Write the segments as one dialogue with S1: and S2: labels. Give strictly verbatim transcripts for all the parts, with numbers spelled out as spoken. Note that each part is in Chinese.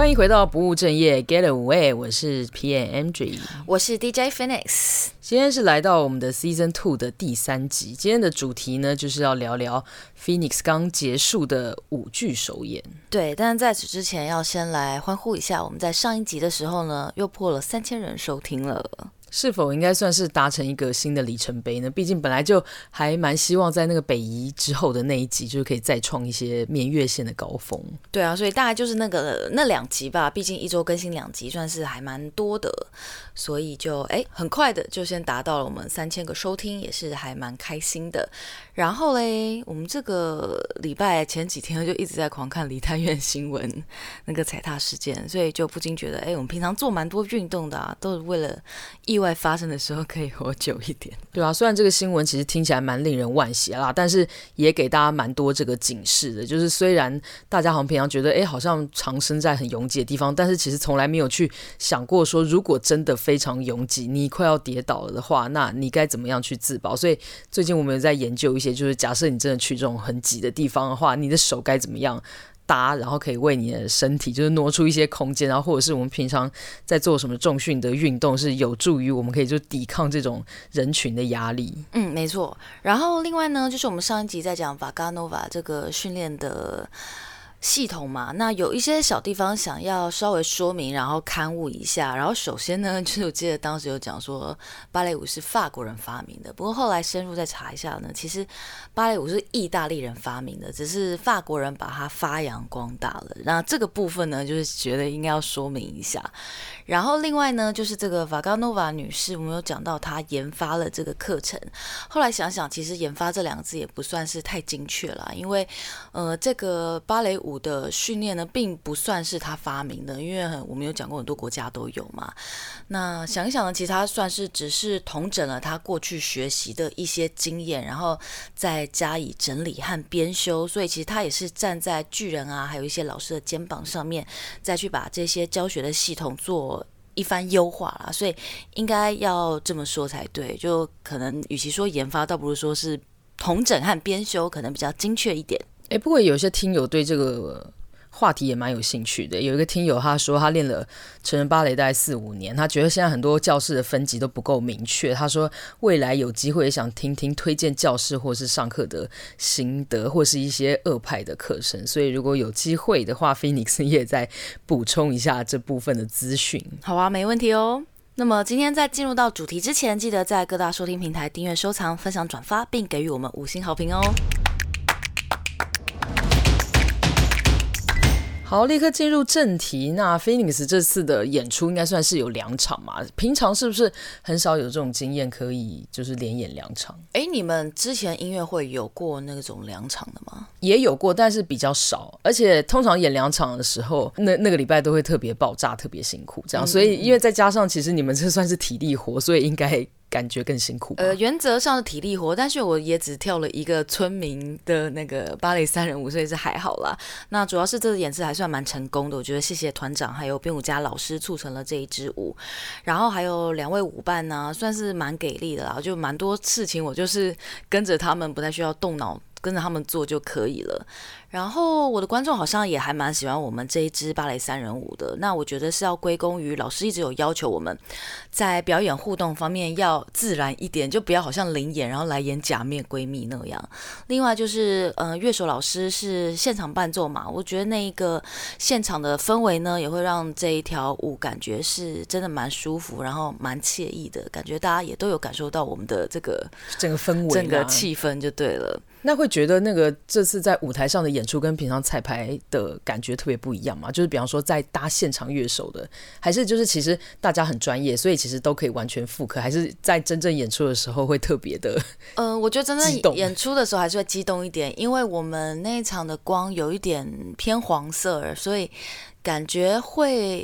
S1: 欢迎回到不务正业 Get Away， 我是 P M Andrew，
S2: 我是 D J Phoenix。今
S1: 天是来到我们的 Season 二的第三集，今天的主题呢就是要聊聊 Phoenix 刚结束的舞剧首演。
S2: 对，但是在此之前要先来欢呼一下，我们在上一集的时候呢又破了三千人收听了。
S1: 是否应该算是达成一个新的里程碑呢？毕竟本来就还蛮希望在那个北移之后的那一集，就是可以再创一些年月线的高峰。
S2: 对啊，所以大概就是那个那两集吧，毕竟一周更新两集，算是还蛮多的，所以就哎很快的就先达到了我们三千个收听，也是还蛮开心的。然后嘞，我们这个礼拜前几天就一直在狂看梨泰院新闻那个踩踏事件，所以就不禁觉得，哎，我们平常做蛮多运动的啊，都是为了意外发生的时候可以活久一点。
S1: 对啊，虽然这个新闻其实听起来蛮令人惋惜啦，但是也给大家蛮多这个警示的，就是虽然大家好像平常觉得，哎，好像常身在很拥挤的地方，但是其实从来没有去想过说，如果真的非常拥挤，你快要跌倒了的话，那你该怎么样去自保？所以最近我们有在研究一些，就是假设你真的去这种很挤的地方的话，你的手该怎么样搭，然后可以为你的身体就是挪出一些空间，然后或者是我们平常在做什么重训的运动是有助于我们可以就抵抗这种人群的压力。
S2: 嗯，没错。然后另外呢，就是我们上一集在讲 Vaga Nova 这个训练的系统嘛，那有一些小地方想要稍微说明，然后刊物一下。然后首先呢，就是我记得当时有讲说芭蕾舞是法国人发明的，不过后来深入再查一下呢，其实芭蕾舞是意大利人发明的，只是法国人把它发扬光大了。那这个部分呢，就是觉得应该要说明一下。然后另外呢，就是这个 Vaga Nova 女士，我们有讲到她研发了这个课程。后来想想，其实研发这两个字也不算是太精确啦，因为呃，这个芭蕾舞的训练呢，并不算是他发明的，因为我们有讲过很多国家都有嘛。那想一想呢，其实他算是只是统整了他过去学习的一些经验，然后再加以整理和编修，所以其实他也是站在巨人啊，还有一些老师的肩膀上面，再去把这些教学的系统做一番优化啦，所以应该要这么说才对。就可能与其说研发，倒不如说是统整和编修，可能比较精确一点。
S1: 哎，不过有些听友对这个话题也蛮有兴趣的。有一个听友他说他练了成人芭蕾大概四五年，他觉得现在很多教室的分级都不够明确。他说未来有机会也想听听推荐教室或是上课的心得，或是一些二派的课程。所以如果有机会的话 ，Phoenix 也再补充一下这部分的资讯。
S2: 好啊，没问题哦。那么今天在进入到主题之前，记得在各大收听平台订阅、收藏、分享、转发，并给予我们五星好评哦。
S1: 好，立刻进入正题。那 Phoenix 这次的演出应该算是有两场嘛？平常是不是很少有这种经验可以就是连演两场？
S2: 哎，你们之前音乐会有过那种两场的吗？
S1: 也有过，但是比较少。而且通常演两场的时候，那那个礼拜都会特别爆炸，特别辛苦，这样。嗯嗯嗯，所以因为再加上其实你们这算是体力活，所以应该感觉更辛苦吧。
S2: 呃，原则上是体力活，但是我也只跳了一个村民的那个芭蕾三人舞，所以是还好啦。那主要是这个演出还算蛮成功的，我觉得谢谢团长还有编舞家老师促成了这一支舞，然后还有两位舞伴呢、啊，算是蛮给力的啦，就蛮多事情我就是跟着他们，不太需要动脑，跟着他们做就可以了。然后我的观众好像也还蛮喜欢我们这一支芭蕾三人舞的，那我觉得是要归功于老师一直有要求我们在表演互动方面要自然一点，就不要好像临演然后来演假面闺蜜那样。另外就是呃，乐手老师是现场伴奏嘛，我觉得那一个现场的氛围呢，也会让这一条舞感觉是真的蛮舒服，然后蛮惬意的，感觉大家也都有感受到我们的这个
S1: 整个氛围、
S2: 整个气氛就对了。
S1: 那会觉得那个这次在舞台上的演出跟平常彩排的感觉特别不一样吗？就是比方说在搭现场乐手的，还是就是其实大家很专业，所以其实都可以完全复刻，还是在真正演出的时候会特别的
S2: 呃，我觉得真正演出的时候还是会激动一点，因为我们那一场的光有一点偏黄色，所以感觉会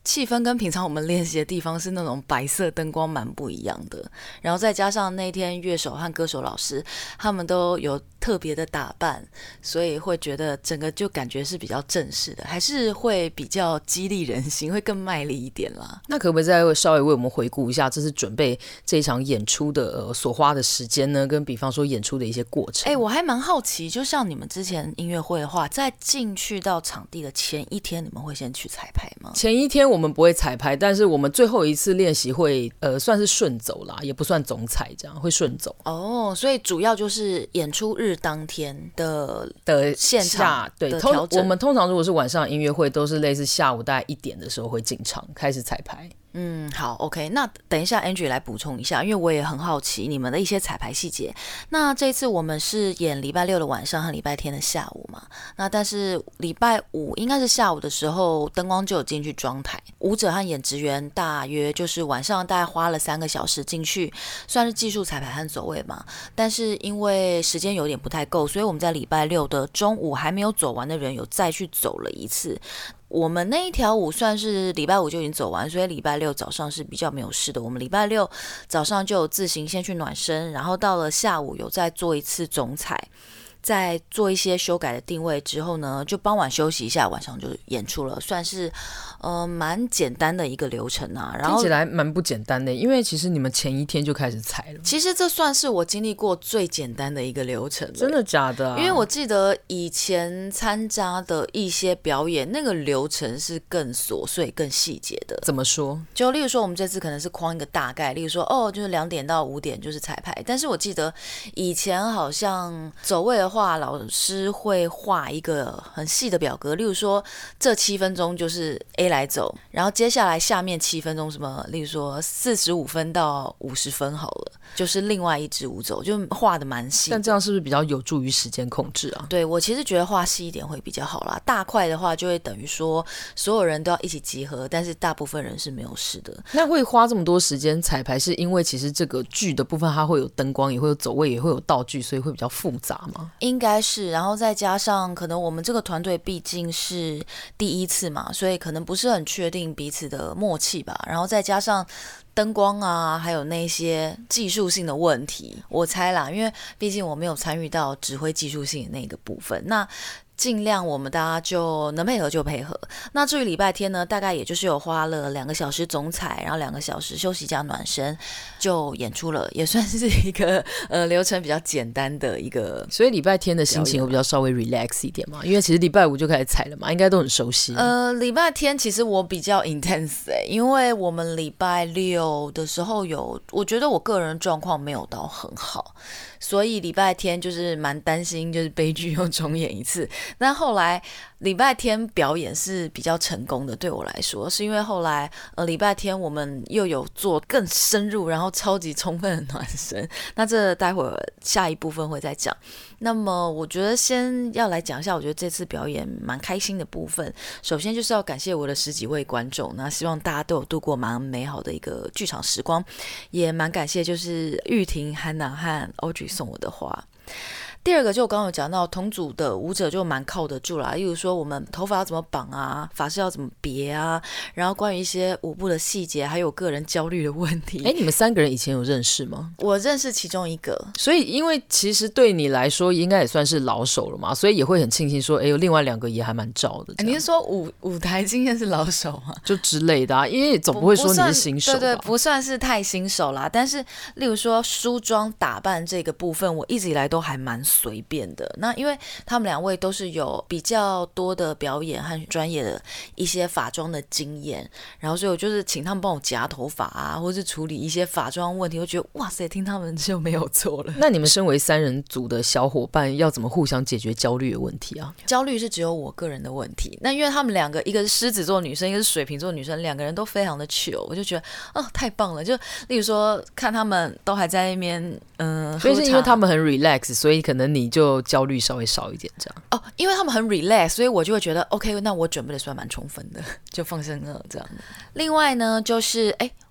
S2: 气氛跟平常我们练习的地方是那种白色灯光蛮不一样的，然后再加上那天乐手和歌手老师他们都有特别的打扮，所以会觉得整个就感觉是比较正式的，还是会比较激励人心，会更卖力一点啦。
S1: 那可不可以再稍微为我们回顾一下这次准备这一场演出的、呃、所花的时间呢，跟比方说演出的一些过程？
S2: 哎、欸，我还蛮好奇，就像你们之前音乐会的话，在进去到场地的前一天，你们会先去彩排吗？
S1: 前一天我们不会彩排，但是我们最后一次练习会呃算是顺走啦，也不算总彩，这样会顺走。
S2: 哦，所以主要就是演出日当天的
S1: 的
S2: 现场
S1: 对，
S2: 的调整。
S1: 我们通常如果是晚上音乐会，都是类似下午大概一点的时候会进场开始彩排。
S2: 嗯，好 ，OK， 那等一下 Angie 来补充一下，因为我也很好奇你们的一些彩排细节。那这次我们是演礼拜六的晚上和礼拜天的下午嘛，那但是礼拜五应该是下午的时候，灯光就有进去装台，舞者和演职员大约就是晚上大概花了三个小时进去，算是技术彩排和走位嘛。但是因为时间有点不太够，所以我们在礼拜六的中午还没有走完的人有再去走了一次。我们那一条舞算是礼拜五就已经走完，所以礼拜六早上是比较没有事的。我们礼拜六早上就有自行先去暖身，然后到了下午有再做一次总彩，再做一些修改的定位之后呢，就傍晚休息一下，晚上就演出了，算是呃蛮简单的一个流程啊。然后
S1: 听起来蛮不简单的，因为其实你们前一天就开始踩了。
S2: 其实这算是我经历过最简单的一个流程了。
S1: 真的假的、啊？
S2: 因为我记得以前参加的一些表演，那个流程是更琐碎、更细节的。
S1: 怎么说？
S2: 就例如说，我们这次可能是框一个大概，例如说，哦，就是两点到五点就是彩排。但是我记得以前好像走位的话，老师会画一个很细的表格，例如说这七分钟就是 A 来走，然后接下来下面七分钟什么，例如说四十五分到五十分好了，就是另外一支舞走，就画的蛮细的。
S1: 但这样是不是比较有助于时间控制啊？
S2: 对，我其实觉得画细一点会比较好啦。大块的话就会等于说所有人都要一起集合，但是大部分人是没有事的。
S1: 那会花这么多时间彩排，是因为其实这个剧的部分它会有灯光，也会有走位，也会有道具，所以会比较复杂吗？
S2: 应该是，然后再加上可能我们这个团队毕竟是第一次嘛，所以可能不是很确定彼此的默契吧。然后再加上灯光啊，还有那些技术性的问题，我猜啦，因为毕竟我没有参与到指挥技术性的那个部分。那尽量我们大家就能配合就配合。那至于礼拜天呢，大概也就是有花了两个小时总彩，然后两个小时休息加暖身就演出了，也算是一个呃流程比较简单的一个。
S1: 所以礼拜天的心情会比较稍微 relax 一点嘛，因为其实礼拜五就开始踩了嘛，应该都很熟悉。
S2: 呃，礼拜天其实我比较 intense 哎、欸，因为我们礼拜六的时候有，我觉得我个人状况没有到很好。所以礼拜天就是蛮担心，就是悲剧又重演一次。但后来礼拜天表演是比较成功的，对我来说，是因为后来呃礼拜天我们又有做更深入，然后超级充分的暖身。那这待会儿下一部分会再讲。那么我觉得先要来讲一下，我觉得这次表演蛮开心的部分。首先就是要感谢我的十几位观众，那希望大家都有度过蛮美好的一个剧场时光，也蛮感谢就是玉婷、汉娜和 Audrey 送我的花。第二个就我刚刚有讲到，同组的舞者就蛮靠得住啦，例如说我们头发要怎么绑啊，发饰要怎么别啊，然后关于一些舞步的细节，还有个人焦虑的问题。
S1: 哎，你们三个人以前有认识吗？
S2: 我认识其中一个，
S1: 所以因为其实对你来说应该也算是老手了嘛，所以也会很庆幸说，哎，有另外两个也还蛮照的。
S2: 你是说舞舞台经验是老手吗？
S1: 就之类的啊，因为总不会说你是新手吧？
S2: 对对，不算是太新手啦。但是例如说梳妆打扮这个部分，我一直以来都还蛮随便的。那因为他们两位都是有比较多的表演和专业的一些法妆的经验，然后所以我就是请他们帮我夹头发啊，或是处理一些法妆问题，我觉得哇塞，听他们就没有错了。
S1: 那你们身为三人组的小伙伴，要怎么互相解决焦虑的问题啊？
S2: 焦虑是只有我个人的问题。那因为他们两个，一个是狮子座女生，一个是水瓶座女生，两个人都非常的 chill， 我就觉得哦太棒了。就例如说看他们都还在那边，嗯、呃，
S1: 所以是因为他们很 relax， 所以可能你就焦虑稍微少一点这样。
S2: 哦，因为他们很 relax， 所以我就会觉得 OK， 那我准备的算蛮充分的，就放生了这样。另外呢，就是哎。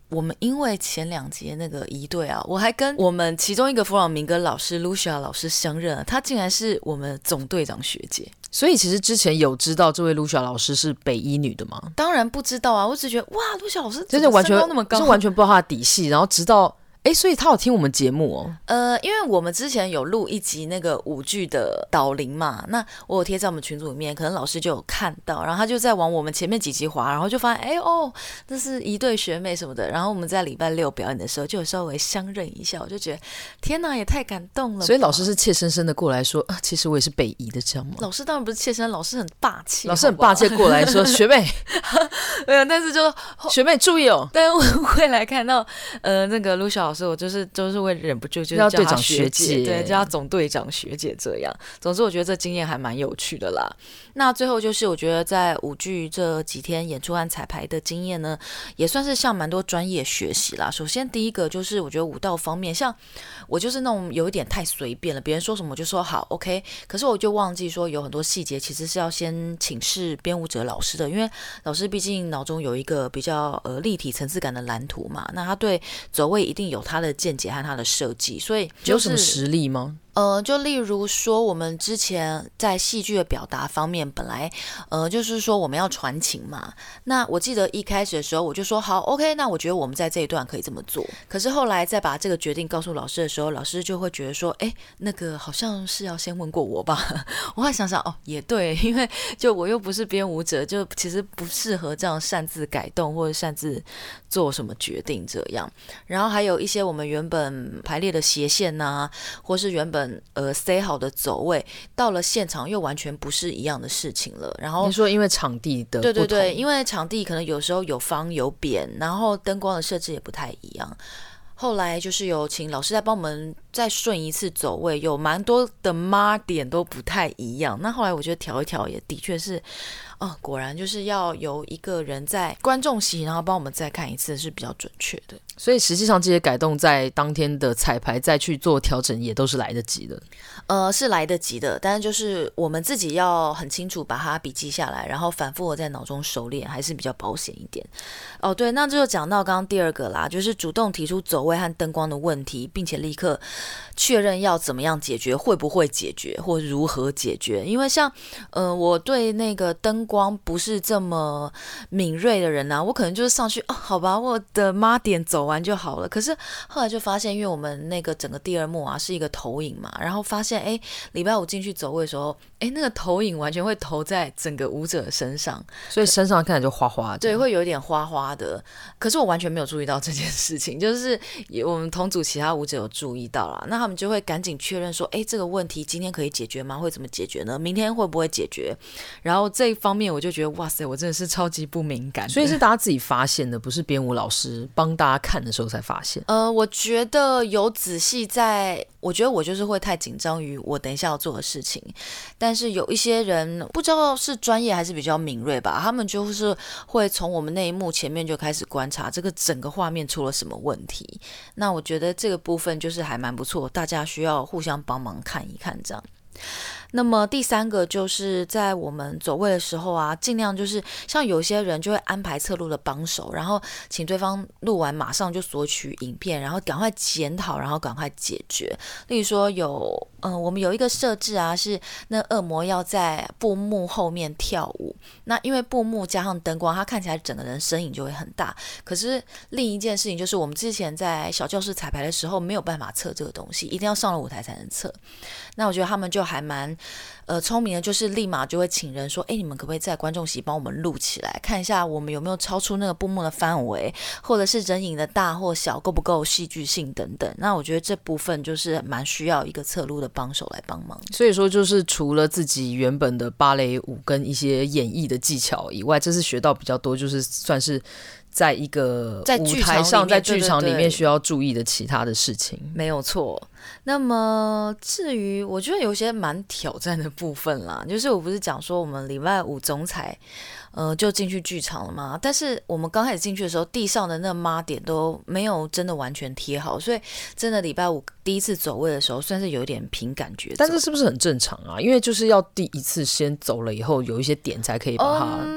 S2: 我们因为前两节那个一队啊，我还跟我们其中一个弗朗明哥老师 Lucia 老师相认，她竟然是我们总队长学姐。
S1: 所以其实之前有知道这位 Lucia 老师是北一女的吗？
S2: 当然不知道啊，我只觉得哇 Lucia 老师
S1: 真的完全
S2: 身高那么高，
S1: 是完全不知道她的底细，然后直到哎，所以他有听我们节目哦。
S2: 呃，因为我们之前有录一集那个舞剧的导聆嘛，那我有贴在我们群组里面，可能老师就有看到，然后他就在往我们前面几集滑，然后就发现，哎哦，这是一对学妹什么的。然后我们在礼拜六表演的时候，就有稍微相认一下，我就觉得天哪，也太感动了。
S1: 所以老师是怯生生的过来说，啊，其实我也是北一的，这样吗？
S2: 老师当然不是怯生，老师很霸气，
S1: 老师很霸气过来说，学妹，
S2: 没有，但是就
S1: 学妹注意哦。
S2: 但是我会来看到，呃，那个 Lucia 老师，我就是就是。会忍不住就是叫他学姐，对，叫他总队长学姐这样。总之，我觉得这经验还蛮有趣的啦。那最后就是，我觉得在舞剧这几天演出和彩排的经验呢，也算是向蛮多专业学习啦。首先，第一个就是我觉得舞蹈方面，像我就是那种有一点太随便了，别人说什么我就说好 OK， 可是我就忘记说有很多细节其实是要先请示编舞者老师的，因为老师毕竟脑中有一个比较呃立体层次感的蓝图嘛，那他对走位一定有他的见解和他的设计，所以、就是、
S1: 有什么实例吗？
S2: 呃，就例如说，我们之前在戏剧的表达方面，本来呃就是说我们要传情嘛。那我记得一开始的时候，我就说好 ，OK， 那我觉得我们在这一段可以这么做。可是后来再把这个决定告诉老师的时候，老师就会觉得说，哎，那个好像是要先问过我吧。我还想想，哦，也对，因为就我又不是编舞者，就其实不适合这样擅自改动或者擅自做什么决定这样。然后还有一些我们原本排列的斜线呐、啊，或是原本呃 say 好的走位，到了现场又完全不是一样的事情了。然后
S1: 你说因为场地的不同，
S2: 对对对，因为场地可能有时候有方有扁，然后灯光的设置也不太一样。后来就是有请老师再帮我们再顺一次走位，有蛮多的码点都不太一样。那后来我觉得调一调也的确是，哦，果然就是要由一个人在观众席，然后帮我们再看一次是比较准确的。
S1: 所以实际上这些改动在当天的彩排再去做调整也都是来得及的。
S2: 呃，是来得及的，但是就是我们自己要很清楚把它笔记下来，然后反复的在脑中熟练，还是比较保险一点。哦，对，那就讲到刚刚第二个啦，就是主动提出走位和灯光的问题，并且立刻确认要怎么样解决，会不会解决，或如何解决。因为像呃，我对那个灯光不是这么敏锐的人啊，我可能就是上去哦，好吧，我的码点走完就好了。可是后来就发现，因为我们那个整个第二幕啊是一个投影嘛，然后发现哎，礼拜五进去走位的时候，哎，那个投影完全会投在整个舞者身上，
S1: 所以身上看起来就花花的，
S2: 对，会有点花花的。可是我完全没有注意到这件事情，就是也我们同组其他舞者有注意到啦，那他们就会赶紧确认说，哎，这个问题今天可以解决吗？会怎么解决呢？明天会不会解决？然后这一方面我就觉得，哇塞，我真的是超级不敏感的，
S1: 所以是大家自己发现的，不是编舞老师帮大家看的时候才发现。
S2: 呃，我觉得有仔细在，我觉得我就是会太紧张于我等一下要做的事情，但是有一些人不知道是专业还是比较敏锐吧，他们就是会从我们那一幕前面就开始观察这个整个画面出了什么问题。那我觉得这个部分就是还蛮不错，大家需要互相帮忙看一看这样。那么第三个就是在我们走位的时候啊，尽量就是像有些人就会安排侧录的帮手，然后请对方录完马上就索取影片，然后赶快检讨，然后赶快解决。例如说有嗯、呃，我们有一个设置啊，是那恶魔要在布幕后面跳舞，那因为布幕加上灯光，它看起来整个人身影就会很大。可是另一件事情就是我们之前在小教室彩排的时候没有办法测这个东西，一定要上了舞台才能测。那我觉得他们就还蛮呃聪明的，就是立马就会请人说，哎，你们可不可以在观众席帮我们录起来，看一下我们有没有超出那个布幕的范围，或者是人影的大或小够不够戏剧性等等。那我觉得这部分就是蛮需要一个侧录的帮手来帮忙。
S1: 所以说就是除了自己原本的芭蕾舞跟一些演绎的技巧以外，这是学到比较多，就是算是在一个舞台上在剧场里面需要注意的其他的事情。
S2: 没有错。那么至于我觉得有些蛮挑战的部分啦，就是我不是讲说我们礼拜五总彩呃就进去剧场了嘛，但是我们刚开始进去的时候地上的那码点都没有真的完全贴好，所以真的礼拜五第一次走位的时候算是有点凭感觉走。
S1: 但是是不是很正常啊？因为就是要第一次先走了以后有一些点才可以把它、
S2: 嗯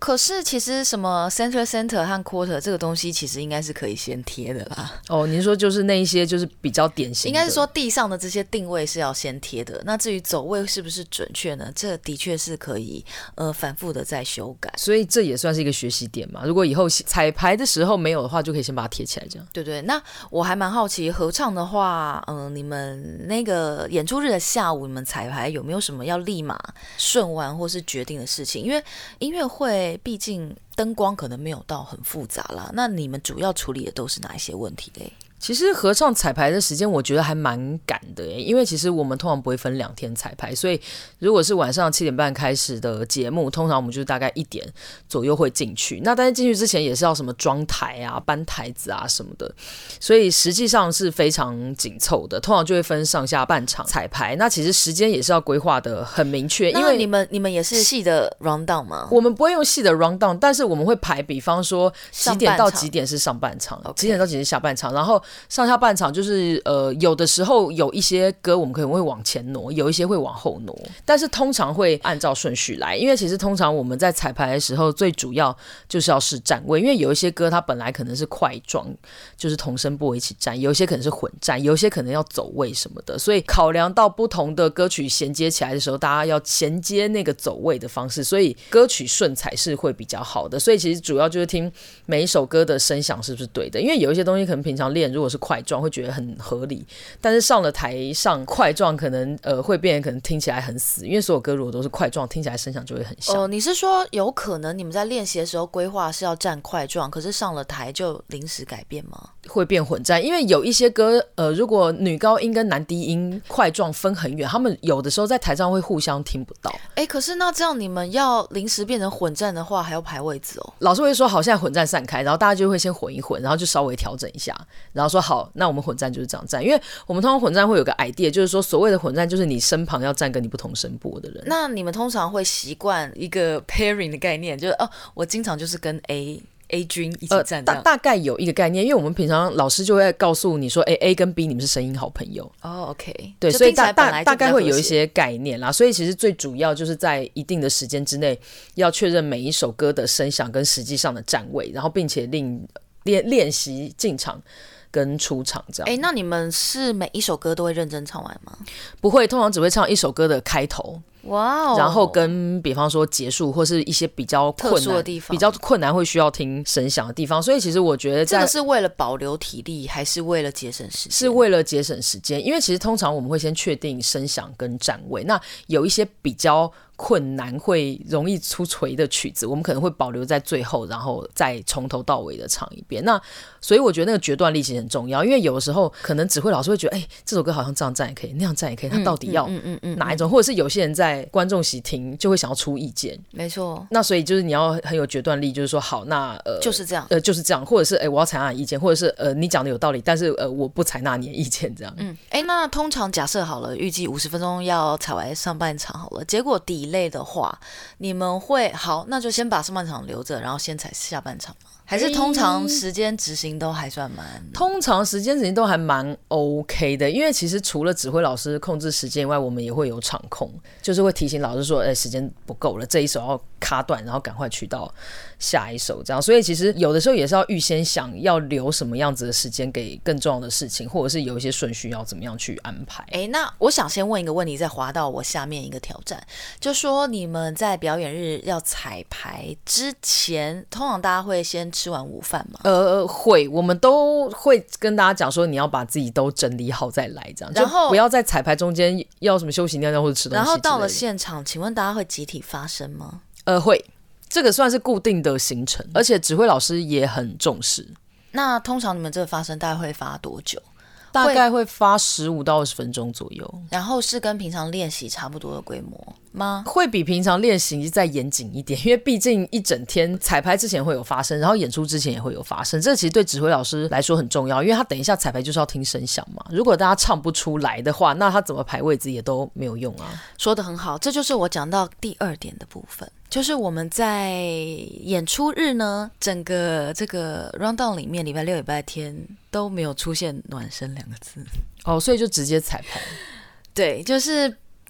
S2: 可是其实什么 center center 和 quarter 这个东西其实应该是可以先贴的啦。
S1: 哦，您说就是那一些就是比较典型的，
S2: 应该是说地上的这些定位是要先贴的，那至于走位是不是准确呢？这的确是可以呃反复的再修改，
S1: 所以这也算是一个学习点嘛。如果以后彩排的时候没有的话，就可以先把它贴起来，这样。
S2: 对对，那我还蛮好奇，合唱的话，嗯、呃，你们那个演出日的下午，你们彩排有没有什么要立马顺完或是决定的事情？因为音乐会毕竟灯光可能没有到很复杂啦，那你们主要处理的都是哪一些问题嘞？
S1: 其实合唱彩排的时间我觉得还蛮赶的耶，因为其实我们通常不会分两天彩排，所以如果是晚上七点半开始的节目，通常我们就是大概一点左右会进去。那但是进去之前也是要什么装台啊、搬台子啊什么的，所以实际上是非常紧凑的。通常就会分上下半场彩排，那其实时间也是要规划的很明确。因为
S2: 你们你们也是戏的 round down 吗？
S1: 我们不会用戏的 round down， 但是我们会排，比方说几点到几点是上半场，几点到几点是下半场，然后上下半场就是呃，有的时候有一些歌我们可能会往前挪，有一些会往后挪，但是通常会按照顺序来，因为其实通常我们在彩排的时候最主要就是要试站位，因为有一些歌它本来可能是块状，就是同声部一起站，有一些可能是混站，有一些可能要走位什么的，所以考量到不同的歌曲衔接起来的时候，大家要衔接那个走位的方式，所以歌曲顺才是会比较好的。所以其实主要就是听每一首歌的声响是不是对的，因为有一些东西可能平常练如果是块状会觉得很合理，但是上了台上块状可能呃会变得可能听起来很死，因为所有歌如果都是块状，听起来声响就会很像。
S2: 哦，你是说有可能你们在练习的时候规划是要站块状，可是上了台就临时改变吗？
S1: 会变混战，因为有一些歌呃，如果女高音跟男低音块状分很远，他们有的时候在台上会互相听不到。
S2: 哎，可是那这样你们要临时变成混战的话，还要排位置哦。
S1: 老师会说好，现在混战散开，然后大家就会先混一混，然后就稍微调整一下，然后说好，那我们混战就是这样站，因为我们通常混战会有个 idea， 就是说所谓的混战就是你身旁要站跟你不同声部的人。
S2: 那你们通常会习惯一个 pairing 的概念，就是哦，我经常就是跟 A A 君一起站这样、
S1: 呃、大, 大概有一个概念，因为我们平常老师就会告诉你说，哎 ，A 跟 B 你们是声音好朋友。
S2: 哦、oh, ，OK，
S1: 对，所以大大大概会有一些概念啦。所以其实最主要就是在一定的时间之内，要确认每一首歌的声响跟实际上的站位，然后并且令练练习进场跟出场这样。
S2: 哎，那你们是每一首歌都会认真唱完吗？
S1: 不会，通常只会唱一首歌的开头。
S2: 哇、wow ，
S1: 然后跟比方说结束或是一些比较困难
S2: 特殊的地方，
S1: 比较困难会需要听声响的地方，所以其实我觉得
S2: 这个是为了保留体力，还是为了节省时间？
S1: 是为了节省时间，因为其实通常我们会先确定声响跟站位，那有一些比较困难会容易出锤的曲子，我们可能会保留在最后，然后再从头到尾的唱一遍。那所以我觉得那个决断力其实很重要，因为有的时候可能指挥老师会觉得，哎，这首歌好像这样站也可以，那样站也可以，他到底要哪一种？或者是有些人在观众席听就会想要出意见，
S2: 没错。
S1: 那所以就是你要很有决断力，就是说好，那呃
S2: 就是这样，
S1: 呃就是这样，或者是哎我要采纳你意见，或者是呃你讲的有道理，但是呃我不采纳你的意见，这样。
S2: 嗯，哎，那通常假设好了，预计五十分钟要采完上半场好了，结果 delay 的话，你们会好，那就先把上半场留着，然后先采下半场吗？还是通常时间执行都还算蛮、欸？
S1: 通常时间执行都还蛮 OK 的，因为其实除了指挥老师控制时间以外，我们也会有场控，就是会提醒老师说，哎、欸，时间不够了，这一首要卡断，然后赶快去到下一首，这样。所以其实有的时候也是要预先想要留什么样子的时间给更重要的事情，或者是有一些顺序要怎么样去安排。
S2: 哎、欸，那我想先问一个问题，再滑到我下面一个挑战，就说你们在表演日要彩排之前，通常大家会先吃完午饭吗？
S1: 呃，会，我们都会跟大家讲说，你要把自己都整理好再来，这样，然后就不要在彩排中间要什么休息尿尿或者吃东西。
S2: 然后到了现场，请问大家会集体发声吗？
S1: 呃，会，这个算是固定的行程，而且指挥老师也很重视。
S2: 那通常你们这个发声大概会发多久？
S1: 大概会发十五到二十分钟左右，
S2: 然后是跟平常练习差不多的规模吗？
S1: 会比平常练习再严谨一点，因为毕竟一整天彩排之前会有发生，然后演出之前也会有发生，这其实对指挥老师来说很重要，因为他等一下彩排就是要听声响嘛，如果大家唱不出来的话，那他怎么排位置也都没有用啊。
S2: 说得很好，这就是我讲到第二点的部分，就是我们在演出日呢，整个这个 rundown 里面，礼拜六礼拜天都没有出现暖身两个字。
S1: 哦，所以就直接彩排。
S2: 对，就是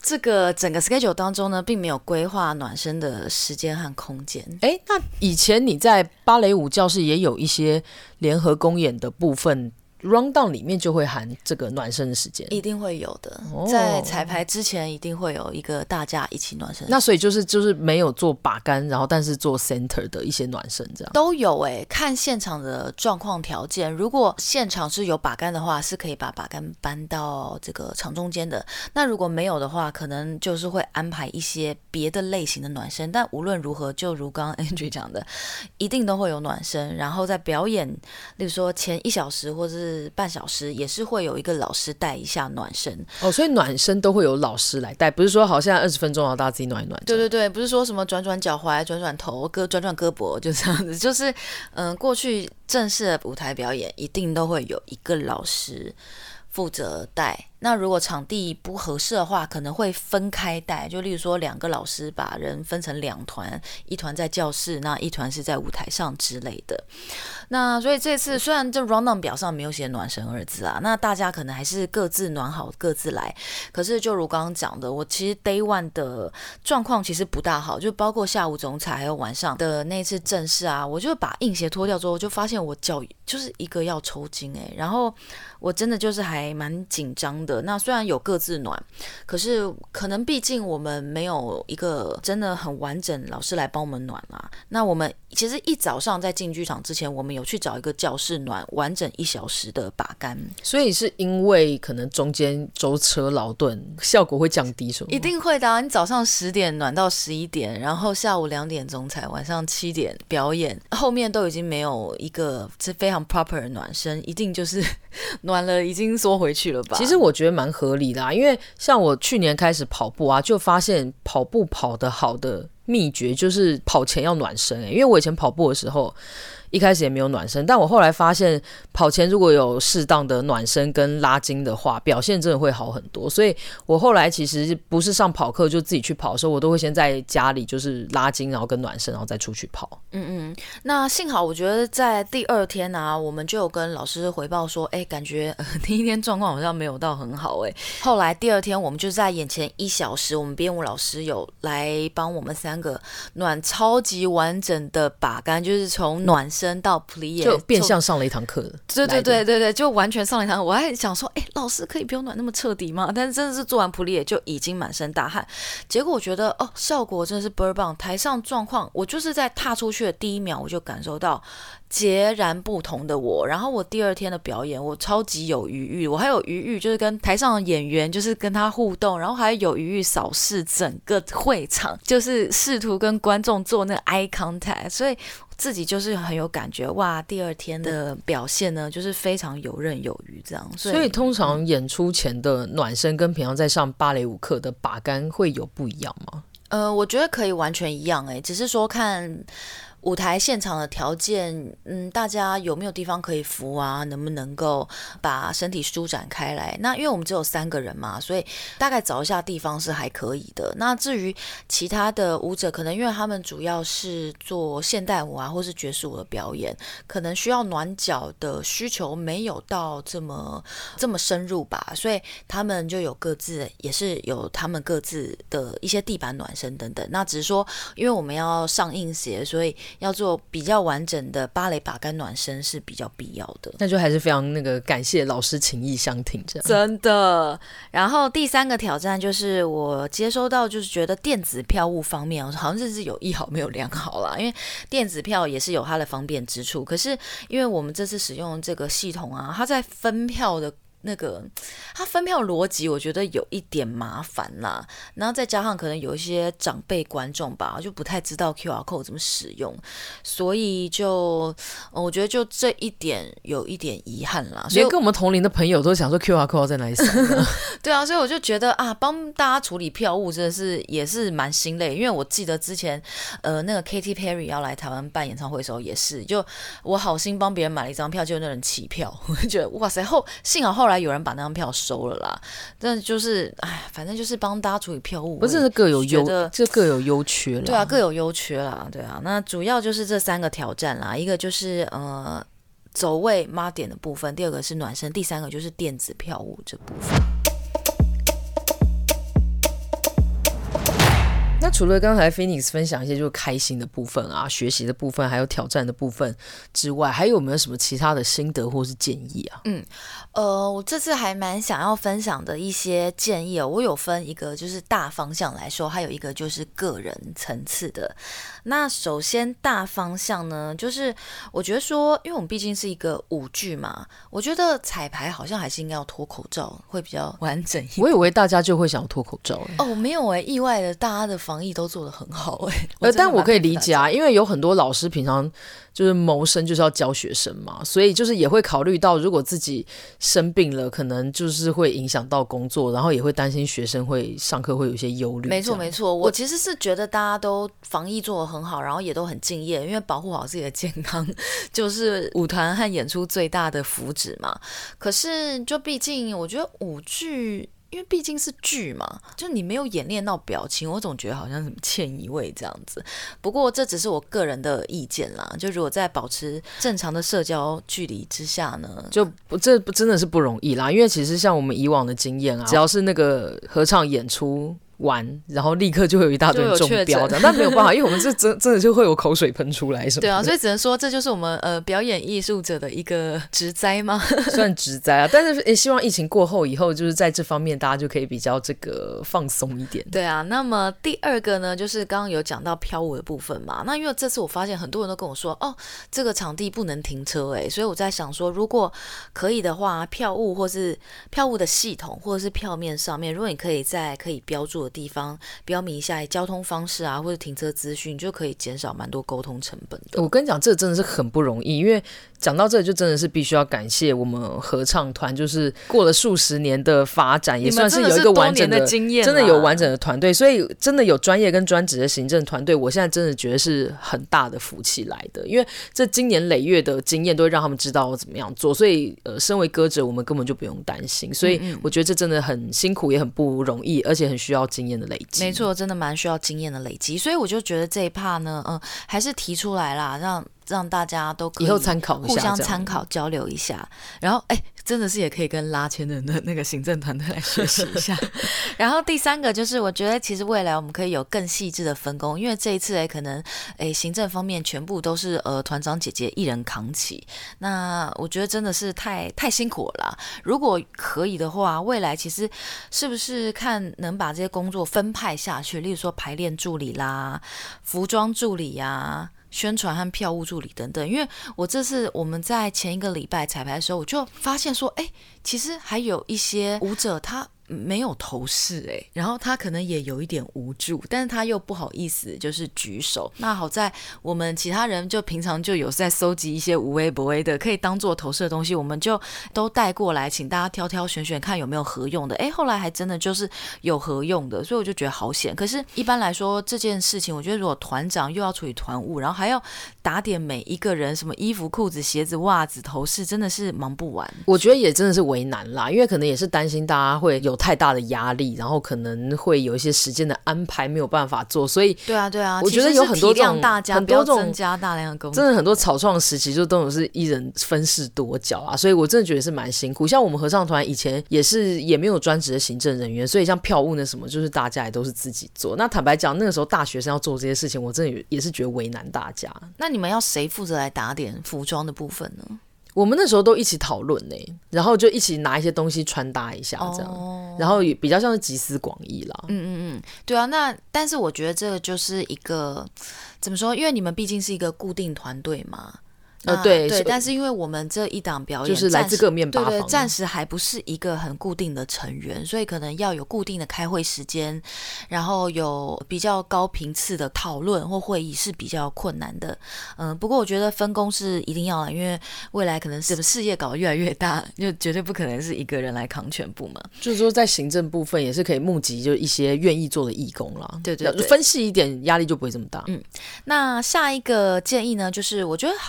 S2: 这个整个 schedule 当中呢，并没有规划暖身的时间和空间。
S1: 哎，那以前你在芭蕾舞教室也有一些联合公演的部分，rundown 里面就会含这个暖身的时间，
S2: 一定会有的。哦、在彩排之前，一定会有一个大家一起暖身。
S1: 那所以就是就是没有做把杆，然后但是做 center 的一些暖身，这样
S2: 都有哎、欸。看现场的状况条件，如果现场是有把杆的话，是可以把把杆搬到这个场中间的。那如果没有的话，可能就是会安排一些别的类型的暖身。但无论如何，就如刚刚 Angie 讲的，一定都会有暖身。然后在表演，例如说前一小时或者是半小时也是会有一个老师带一下暖身
S1: 哦，所以暖身都会有老师来带，不是说好像二十分钟然后大家自己暖一暖。
S2: 对对对，不是说什么转转脚踝、转转头、胳转转胳膊就这样子，就是嗯、呃，过去正式的舞台表演一定都会有一个老师负责带。那如果场地不合适的话，可能会分开带，就例如说两个老师把人分成两团，一团在教室，那一团是在舞台上之类的。那所以这次虽然这 rundown 表上没有写暖身二字啊，那大家可能还是各自暖好各自来。可是就如刚刚讲的，我其实 day one 的状况其实不大好，就包括下午总彩还有晚上的那次正式啊，我就把硬鞋脱掉之后，就发现我脚就是一个要抽筋哎、欸，然后我真的就是还蛮紧张的。那虽然有各自暖，可是可能毕竟我们没有一个真的很完整老师来帮我们暖啦。那我们其实一早上在进剧场之前，我们有去找一个教室暖完整一小时的把杆，
S1: 所以是因为可能中间舟车劳顿，效果会降低什么？
S2: 一定会的啊！你早上十点暖到十一点，然后下午两点总彩，晚上七点表演，后面都已经没有一个是非常 proper 的暖身，一定就是暖了已经缩回去了吧？
S1: 其实我觉得蛮合理的啊，因为像我去年开始跑步啊，就发现跑步跑得好的秘诀就是跑前要暖身、欸、因为我以前跑步的时候一开始也没有暖身，但我后来发现跑前如果有适当的暖身跟拉筋的话，表现真的会好很多。所以我后来其实不是上跑课就自己去跑的时候，我都会先在家里就是拉筋，然后跟暖身，然后再出去跑。
S2: 嗯嗯，那幸好我觉得在第二天啊，我们就有跟老师回报说，哎，感觉、呃、第一天状况好像没有到很好哎。后来第二天我们就在眼前一小时，我们编舞老师有来帮我们三个暖超级完整的把杆，就是从暖身到 plie
S1: 就变相上了一堂课。
S2: 对对对对对，就完全上了一堂课。我还想说，哎，老师可以不用暖那么彻底吗？但是真的是做完 plie 就已经满身大汗，结果我觉得哦，效果真的是倍儿棒。台上状况，我就是在踏出去的第一秒，我就感受到截然不同的我。然后我第二天的表演，我超级有余裕，我还有余裕就是跟台上的演员就是跟他互动，然后还有余裕扫视整个会场，就是试图跟观众做那个 eye contact， 所以自己就是很有感觉哇！第二天的表现呢，就是非常游刃有余这样。所以，
S1: 所以通常演出前的暖身跟平常在上芭蕾舞课的把杆会有不一样吗？
S2: 呃，我觉得可以完全一样哎、欸，只是说看舞台现场的条件，嗯，大家有没有地方可以扶啊？能不能够把身体舒展开来？那因为我们只有三个人嘛，所以大概找一下地方是还可以的。那至于其他的舞者，可能因为他们主要是做现代舞啊，或是爵士舞的表演，可能需要暖脚的需求没有到这么这么深入吧，所以他们就有各自也是有他们各自的一些地板暖身等等。那只是说，因为我们要上硬鞋，所以要做比较完整的芭蕾把杆暖身是比较必要的。
S1: 那就还是非常那个感谢老师情意相挺这样。
S2: 真的。然后第三个挑战就是我接收到，就是觉得电子票务方面好像就是有一好没有两好啦，因为电子票也是有它的方便之处，可是因为我们这次使用这个系统啊，它在分票的那个它分票逻辑我觉得有一点麻烦啦，然后再加上可能有一些长辈观众吧，就不太知道 Q R code 怎么使用，所以就我觉得就这一点有一点遗憾啦。所以
S1: 连跟我们同龄的朋友都想说 Q R code 在哪里扫
S2: 对啊，所以我就觉得啊，帮大家处理票务真的是也是蛮心累，因为我记得之前呃那个 Katy Perry 要来台湾办演唱会的时候也是，就我好心帮别人买了一张票，就那人起票，我就觉得哇塞，后幸好后来有人把那张票收了啦，但就是哎，反正就是帮大家处理票务，
S1: 不是各有优，这各有优缺啦。
S2: 对啊，各有优缺啦，对啊。那主要就是这三个挑战啦，一个就是呃走位抹点的部分，第二个是暖身，第三个就是电子票务这部分。
S1: 除了刚才 Phoenix 分享一些就是开心的部分啊、学习的部分，还有挑战的部分之外，还有没有什么其他的心得或是建议啊？
S2: 嗯，呃，我这次还蛮想要分享的一些建议哦。我有分一个就是大方向来说，还有一个就是个人层次的。那首先大方向呢，就是我觉得说，因为我们毕竟是一个舞剧嘛，我觉得彩排好像还是应该要脱口罩会比较完整一点。
S1: 我以为大家就会想要脱口罩、欸、
S2: 哦，没有哎、欸，意外的大家的防疫都做得很好哎、欸。
S1: 呃，但我可以理解啊，因为有很多老师平常就是谋生就是要教学生嘛，所以就是也会考虑到如果自己生病了，可能就是会影响到工作，然后也会担心学生会上课会有一些忧虑。
S2: 没错没错，我其实是觉得大家都防疫做得很好，然后也都很敬业，因为保护好自己的健康就是舞团和演出最大的福祉嘛。可是就毕竟我觉得舞剧因为毕竟是剧嘛，就你没有演练到表情，我总觉得好像什么欠一位这样子。不过这只是我个人的意见啦，就如果在保持正常的社交距离之下呢，
S1: 就这真的是不容易啦。因为其实像我们以往的经验啊，只要是那个合唱演出完，然后立刻就会有一大堆人中标的，但没有办法，因为我们这真真的就会有口水喷出来什么的。
S2: 对啊，所以只能说这就是我们呃表演艺术者的一个职灾吗？
S1: 算职灾啊，但是也希望疫情过后以后，就是在这方面大家就可以比较这个放松一点。
S2: 对啊，那么第二个呢，就是刚刚有讲到飘舞的部分嘛。那因为这次我发现很多人都跟我说，哦，这个场地不能停车哎、欸，所以我在想说，如果可以的话，票务或是票务的系统或者是票面上面，如果你可以在可以标注的地方标明一下交通方式啊，或者停车资讯，就可以减少蛮多沟通成本的。
S1: 我跟你讲，这真的是很不容易，因为讲到这里就真的是必须要感谢我们合唱团，就是过了数十年的发展，也算是有一个完整
S2: 的,
S1: 的
S2: 经验，
S1: 真的有完整的团队，所以真的有专业跟专职的行政团队，我现在真的觉得是很大的福气来的，因为这经年累月的经验都会让他们知道怎么样做，所以呃，身为歌者我们根本就不用担心，所以我觉得这真的很辛苦也很不容易，而且很需要经验的累积。
S2: 没错，真的蛮需要经验的累积，所以我就觉得这一 part 呢，嗯，还是提出来啦，让让大家都可以
S1: 以后参考一下，
S2: 互相参考交流一下，然后哎，真的是也可以跟拉签人的那个行政团队来学习一下。然后第三个就是我觉得其实未来我们可以有更细致的分工，因为这一次哎可能哎行政方面全部都是呃团长姐姐一人扛起，那我觉得真的是太太辛苦了啦。如果可以的话，未来其实是不是看能把这些工作分派下去，例如说排练助理啦、服装助理啊、宣传和票务助理等等，因为我这次我们在前一个礼拜彩排的时候，我就发现说，哎，其实还有一些舞者他没有头饰哎，然后他可能也有一点无助，但是他又不好意思就是举手。那好在我们其他人就平常就有在搜集一些无微不微的可以当做头饰的东西，我们就都带过来，请大家挑挑选选看有没有合用的。哎，后来还真的就是有合用的，所以我就觉得好险。可是一般来说这件事情，我觉得如果团长又要处理团务，然后还要打点每一个人什么衣服、裤子、鞋子、袜子、头饰，真的是忙不完。
S1: 我觉得也真的是为难啦，因为可能也是担心大家会有太大的压力，然后可能会有一些时间的安排没有办法做，所以
S2: 对啊对啊，
S1: 我觉得有很多这种
S2: 大家
S1: 很多这种
S2: 增加大量的工作，
S1: 真的很多草创时期就都有是一人分饰多角啊，所以我真的觉得是蛮辛苦。像我们合唱团以前也是也没有专职的行政人员，所以像票务那什么就是大家也都是自己做。那坦白讲，那个时候大学生要做这些事情，我真的也是觉得为难大家。
S2: 那你们要谁负责来打点服装的部分呢？
S1: 我们那时候都一起讨论呢，然后就一起拿一些东西穿搭一下这样，哦、然后也比较像是集思广益啦。
S2: 嗯嗯嗯，对啊。那但是我觉得这个就是一个怎么说？因为你们毕竟是一个固定团队嘛。
S1: 呃，对
S2: 对，但是因为我们这一档表演
S1: 就是来自各面八方，
S2: 对对，暂时还不是一个很固定的成员，所以可能要有固定的开会时间，然后有比较高频次的讨论或会议是比较困难的。嗯，不过我觉得分工是一定要的，因为未来可能是事业搞得越来越大，就绝对不可能是一个人来扛全部嘛。
S1: 就是说，在行政部分也是可以募集就一些愿意做的义工啦。
S2: 对对对，
S1: 分析一点，压力就不会这么大。
S2: 嗯，那下一个建议呢，就是我觉得好像还是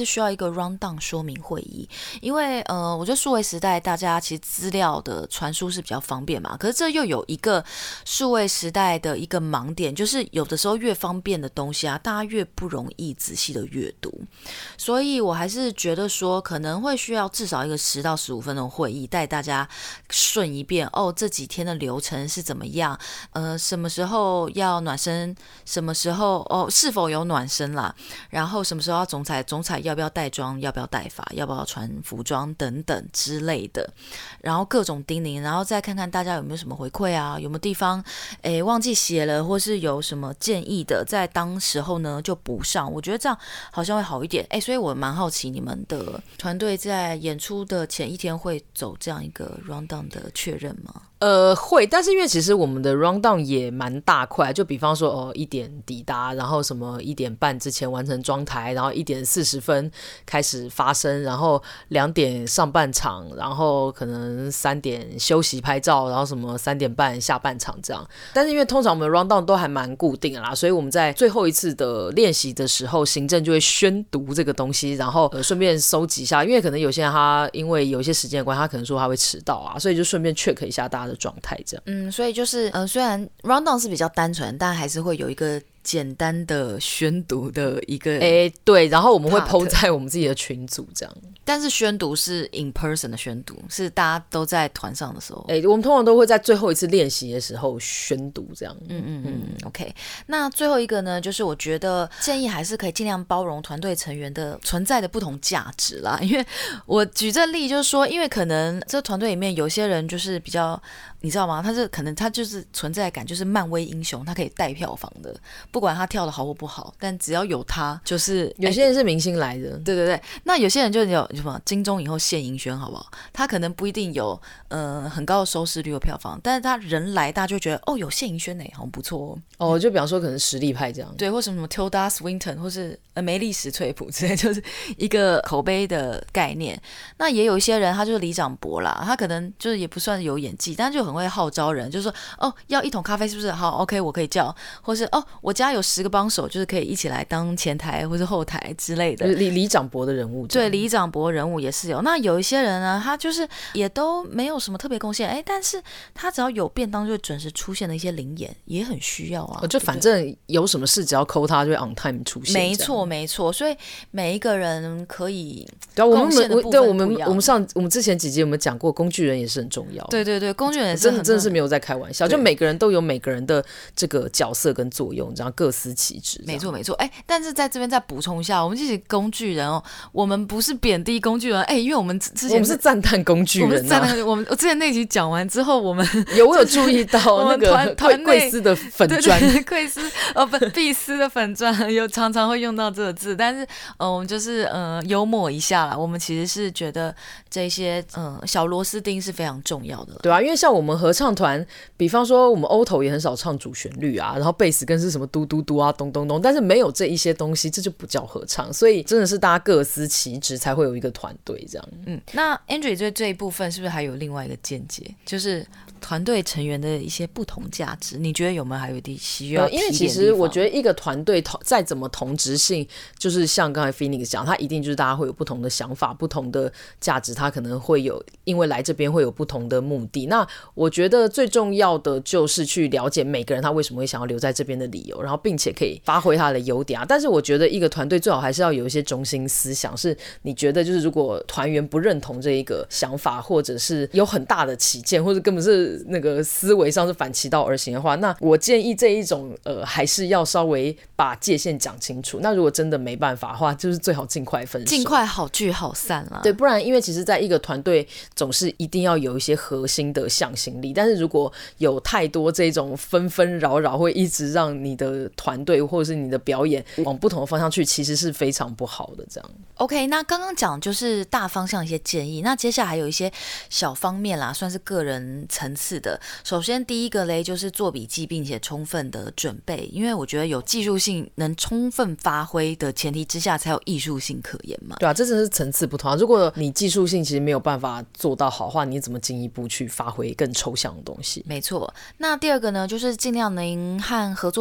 S2: 需要一个 rundown 说明会议，因为呃，我觉得数位时代大家其实资料的传输是比较方便嘛，可是这又有一个数位时代的一个盲点，就是有的时候越方便的东西啊，大家越不容易仔细的阅读，所以我还是觉得说可能会需要至少一个十到十五分钟会议，带大家顺一遍哦，这几天的流程是怎么样，呃，什么时候要暖身，什么时候哦是否有暖身啦，然后什么时候要总裁，总裁要不要带妆，要不要带发，要不要穿服装等等之类的，然后各种叮咛，然后再看看大家有没有什么回馈啊，有没有地方诶忘记写了，或是有什么建议的，在当时候呢就补上，我觉得这样好像会好一点。诶，所以我蛮好奇你们的团队在演出的前一天会走这样一个 rundown 的确认吗？
S1: 呃，会，但是因为其实我们的 rundown 也蛮大块，就比方说哦，一点抵达，然后什么一点半之前完成装台，然后一点四十分开始发声，然后两点上半场，然后可能三点休息拍照，然后什么三点半下半场这样。但是因为通常我们的 rundown 都还蛮固定的啦，所以我们在最后一次的练习的时候，行政就会宣读这个东西，然后呃顺便收集一下，因为可能有些人他因为有一些时间的关系，他可能说他会迟到啊，所以就顺便 check 一下大家的状态这样。
S2: 嗯，所以就是呃，虽然 rundown 是比较单纯，但还是会有一个简单的宣读的一个，
S1: 哎，对，然后我们会 po 在我们自己的群组这样。
S2: 但是宣读是 in person 的宣读，是大家都在团上的时候。
S1: 哎，我们通常都会在最后一次练习的时候宣读这样。
S2: 嗯嗯嗯 ，OK。那最后一个呢，就是我觉得建议还是可以尽量包容团队成员的存在的不同价值啦。因为我举这例就是说，因为可能这团队里面有些人就是比较。你知道吗？他是可能他就是存在感，就是漫威英雄，他可以带票房的，不管他跳的好或不好，但只要有他，就是
S1: 有些人是明星来的，
S2: 对对对。那有些人就有什么金钟以后谢盈萱，好不好？他可能不一定有呃很高的收视率和票房，但是他人来，大家就觉得哦，有谢盈萱呢，好像不错
S1: 哦。哦，就比方说可能实力派这样，
S2: 对，或什么什么 Tilda Swinton， 或是呃梅丽史翠普之类，就是一个口碑的概念。那也有一些人，他就是李长博啦，他可能就是也不算有演技，但就很会号召人，就是说哦，要一桶咖啡是不是？好 ，OK， 我可以叫，或是哦，我家有十个帮手，就是可以一起来当前台或是后台之类的。
S1: 李李长博的人物，
S2: 对，李长博人物也是有。那有一些人呢，他就是也都没有什么特别贡献，哎，但是他只要有便当就会准时出现的一些灵眼，也很需要啊。
S1: 哦、就反正有什么事只要call他就会 on time 出现。
S2: 没错没错，所以每一个人可以
S1: 贡献的部分不一样。对，我们我们上我们之前几集有没有讲过，工具人也是很重要。
S2: 对对对，工具人也是很
S1: 真的真的是没有在开玩笑，就每个人都有每个人的这个角色跟作用，这样各司其职。
S2: 没错没错，哎，但是在这边再补充一下，我们这些工具人哦，我们不是贬低工具人，哎，因为我们之前
S1: 我们是赞叹工具人、啊，我们是赞
S2: 叹我们我之前那集讲完之后，我们
S1: 有我有注意到那个贵贵司的粉专，
S2: 贵司呃不碧司的粉专有常常会用到这个字，但是呃我们就是呃幽默一下啦，我们其实是觉得这些呃小螺丝钉是非常重要的，
S1: 对啊，因为像我们合唱团，比方说我们欧头也很少唱主旋律啊，然后贝斯更是什么嘟嘟嘟啊咚咚咚，但是没有这一些东西，这就不叫合唱，所以真的是大家各司其职才会有一个团队这样。
S2: 嗯，那 Andrew 对这一部分是不是还有另外一个见解，就是团队成员的一些不同价值？你觉得有没有还有一需要提点的地方？因为
S1: 其实我觉得一个团队再怎么同质性，就是像刚才 Phoenix 讲，他一定就是大家会有不同的想法、不同的价值，他可能会有因为来这边会有不同的目的。那我觉得最重要的就是去了解每个人他为什么会想要留在这边的理由，然后并且可以发挥他的优点啊。但是我觉得一个团队最好还是要有一些中心思想，是你觉得就是如果团员不认同这一个想法，或者是有很大的歧见，或者根本是那个思维上是反其道而行的话，那我建议这一种呃还是要稍微把界限讲清楚。那如果真的没办法的话，就是最好尽快分手，
S2: 尽快好聚好散啦。
S1: 对，不然因为其实在一个团队总是一定要有一些核心的向心力，但是如果有太多这种纷纷扰扰，会一直让你的团队或者是你的表演往不同的方向去，其实是非常不好的这样。
S2: OK， 那刚刚讲就是大方向一些建议，那接下来还有一些小方面啦，算是个人层次的。首先第一个嘞，就是做笔记并且充分的准备，因为我觉得有技术性能充分发挥的前提之下，才有艺术性可言嘛。
S1: 对啊，这真的是层次不同啊。如果你技术性其实没有办法做到好的话，你怎么进一步去发挥更抽象的东西？
S2: 没错。那第二个呢，就是尽量能和合作的对象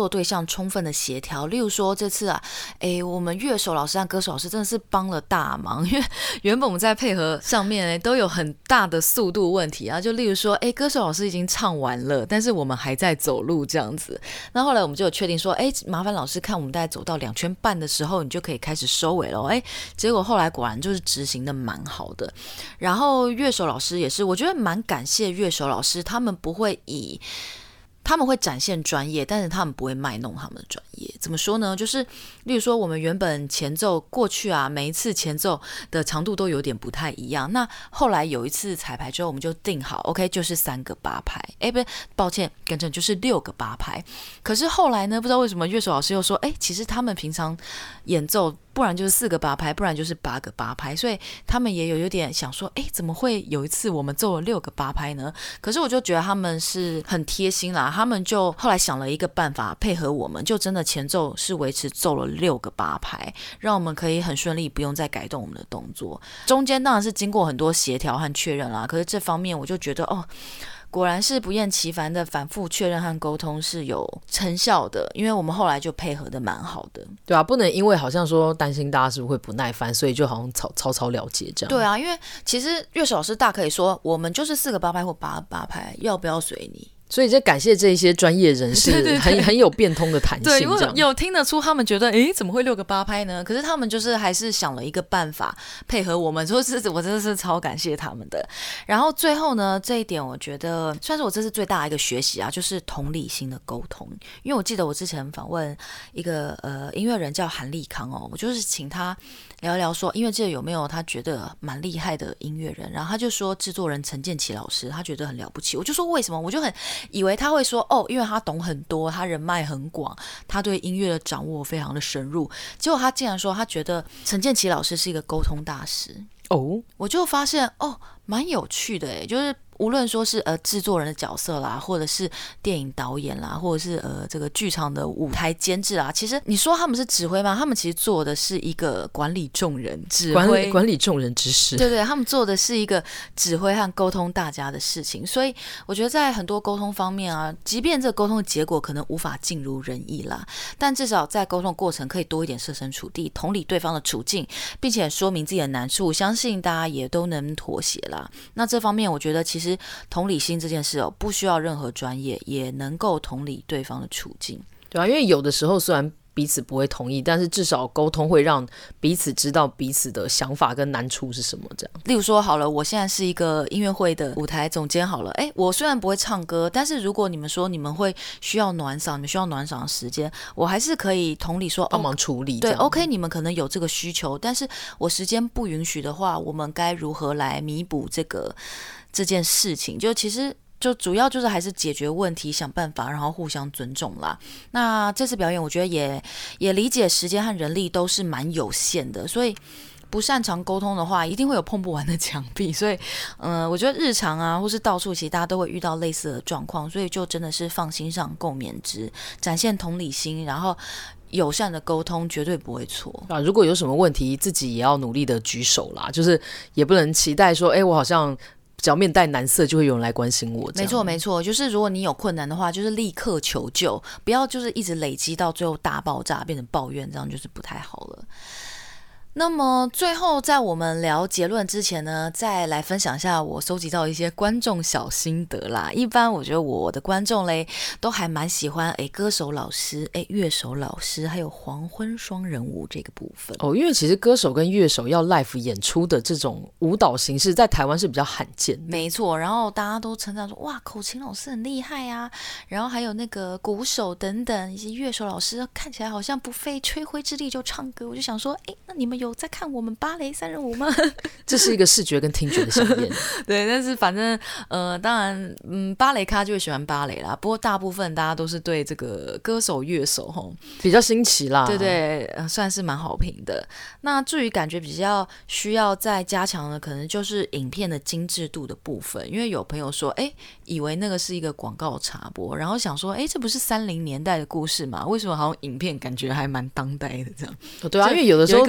S2: 常充分的协调。例如说这次啊，诶，我们乐手老师和歌手老师真的是帮了大忙，因为原本我们在配合上面都有很大的速度问题啊，就例如说，诶，歌手老师已经唱完了，但是我们还在走路这样子。那后来我们就有确定说，诶，麻烦老师看我们大概走到两圈半的时候，你就可以开始收尾了。诶，结果后来果然就是执行的蛮好的。然后乐手老师也是，我觉得蛮感谢乐手老师，他们不会以他们会展现专业，但是他们不会卖弄他们的专业。怎么说呢？就是例如说我们原本前奏过去啊，每一次前奏的长度都有点不太一样，那后来有一次彩排之后我们就定好 OK 就是三个八拍，哎，不是，抱歉更正，就是六个八拍。可是后来呢，不知道为什么乐手老师又说，哎，其实他们平常演奏不然就是四个八拍，不然就是八个八拍，所以他们也有有点想说，哎，怎么会有一次我们奏了六个八拍呢？可是我就觉得他们是很贴心啦，他们就后来想了一个办法配合我们，就真的前奏是维持奏了六个八拍，让我们可以很顺利，不用再改动我们的动作。中间当然是经过很多协调和确认啦，可是这方面我就觉得哦，果然是不厌其烦的反复确认和沟通是有成效的，因为我们后来就配合的蛮好的。
S1: 对啊，不能因为好像说担心大家是不是会不耐烦，所以就好像草草草了结这样。
S2: 对啊，因为其实乐手老师大可以说我们就是四个八拍或八个八拍，要不要随你。
S1: 所以就感谢这些专业人士，
S2: 对对对，
S1: 很很有变通的弹性这样。
S2: 对，有听得出他们觉得，诶，怎么会六个八拍呢？可是他们就是还是想了一个办法配合我们，说是我真的是超感谢他们的。然后最后呢，这一点我觉得算是我这是最大的一个学习啊，就是同理心的沟通。因为我记得我之前访问一个呃音乐人叫韩立康哦，我就是请他聊一聊说音乐界有没有他觉得蛮厉害的音乐人，然后他就说制作人陈建骐老师，他觉得很了不起。我就说为什么？我就很以为他会说哦，因为他懂很多，他人脉很广，他对音乐的掌握非常的深入。结果他竟然说他觉得陈建骐老师是一个沟通大师
S1: 哦，
S2: 我就发现哦，蛮有趣的耶，就是无论说是呃制作人的角色啦，或者是电影导演啦，或者是呃这个剧场的舞台监制啦，其实你说他们是指挥吗？他们其实做的是一个管理众人、指挥
S1: 管理管理众人之事。
S2: 对对，他们做的是一个指挥和沟通大家的事情。所以我觉得在很多沟通方面啊，即便这个沟通的结果可能无法尽如人意啦，但至少在沟通过程可以多一点设身处地，同理对方的处境，并且说明自己的难处，相信大家也都能妥协啦。那这方面我觉得其实同理心这件事哦，不需要任何专业也能够同理对方的处境。
S1: 对啊，因为有的时候虽然彼此不会同意，但是至少沟通会让彼此知道彼此的想法跟难处是什么这样。
S2: 例如说好了，我现在是一个音乐会的舞台总监好了，诶，我虽然不会唱歌，但是如果你们说你们会需要暖嗓，你们需要暖嗓的时间，我还是可以同理说
S1: 帮忙处理、哦、
S2: 对 OK 你们可能有这个需求，但是我时间不允许的话，我们该如何来弥补这个这件事情，就其实就主要就是还是解决问题，想办法，然后互相尊重啦。那这次表演我觉得也也理解时间和人力都是蛮有限的，所以不擅长沟通的话一定会有碰不完的墙壁，所以呃，我觉得日常啊或是到处其实大家都会遇到类似的状况，所以就真的是放心上共勉之，展现同理心，然后友善的沟通绝对不会错
S1: 啊！如果有什么问题自己也要努力的举手啦，就是也不能期待说哎，我好像只要面带难色就会有人来关心我。
S2: 没错没错，就是如果你有困难的话就是立刻求救，不要就是一直累积到最后大爆炸变成抱怨，这样就是不太好了。那么最后在我们聊结论之前呢，再来分享一下我收集到一些观众小心得啦。一般我觉得我的观众嘞都还蛮喜欢诶歌手老师、诶乐手老师还有黄昏双人舞这个部分
S1: 哦，因为其实歌手跟乐手要 live 演出的这种舞蹈形式在台湾是比较罕见的。
S2: 没错，然后大家都称赞说哇口琴老师很厉害啊，然后还有那个鼓手等等以及乐手老师看起来好像不费吹灰之力就唱歌，我就想说诶那你们有有在看我们芭蕾三人舞吗？
S1: 这是一个视觉跟听觉的响应。
S2: 对，但是反正呃，当然，嗯，芭蕾咖就会喜欢芭蕾啦。不过大部分大家都是对这个歌手、乐手吼
S1: 比较新奇啦。
S2: 对对、呃，算是蛮好评的。那至于感觉比较需要再加强的，可能就是影片的精致度的部分。因为有朋友说，哎，以为那个是一个广告插播，然后想说，哎，这不是三零年代的故事吗？为什么好像影片感觉还蛮当代的这样？
S1: 哦、对啊，因为有的时候自己在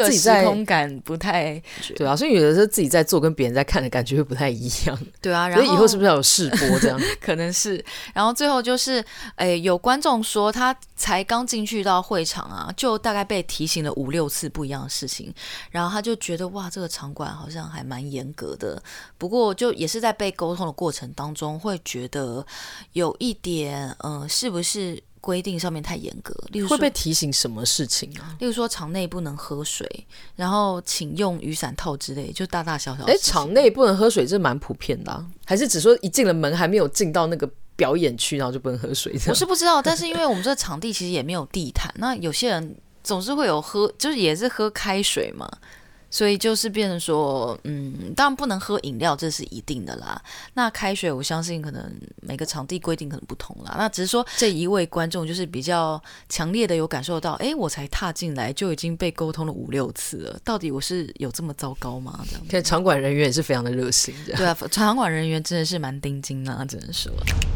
S2: 通感不太
S1: 对啊，所以有的时候自己在做跟别人在看的感觉会不太一样。
S2: 对啊，然后
S1: 所以以后是不是要有试播这样？
S2: 可能是。然后最后就是，哎，有观众说他才刚进去到会场啊，就大概被提醒了五六次不一样的事情，然后他就觉得哇，这个场馆好像还蛮严格的。不过就也是在被沟通的过程当中，会觉得有一点，呃，是不是规定上面太严格？例如说
S1: 会被提醒什么事情啊？
S2: 例如说场内不能喝水，然后请用雨伞套之类，就大大小小的事情。
S1: 哎，场内不能喝水，这蛮普遍的、啊，还是只说一进了门还没有进到那个表演区，然后就不能喝水？
S2: 我是不知道，但是因为我们这个场地其实也没有地毯，那有些人总是会有喝，就是也是喝开水嘛。所以就是变成说，嗯，当然不能喝饮料，这是一定的啦。那开水，我相信可能每个场地规定可能不同啦。那只是说这一位观众就是比较强烈的有感受到，哎，我才踏进来就已经被沟通了五六次了，到底我是有这么糟糕吗？这样子。
S1: 看场馆人员也是非常的热心，这样。
S2: 对啊，场馆人员真的是蛮盯紧啊，只能说。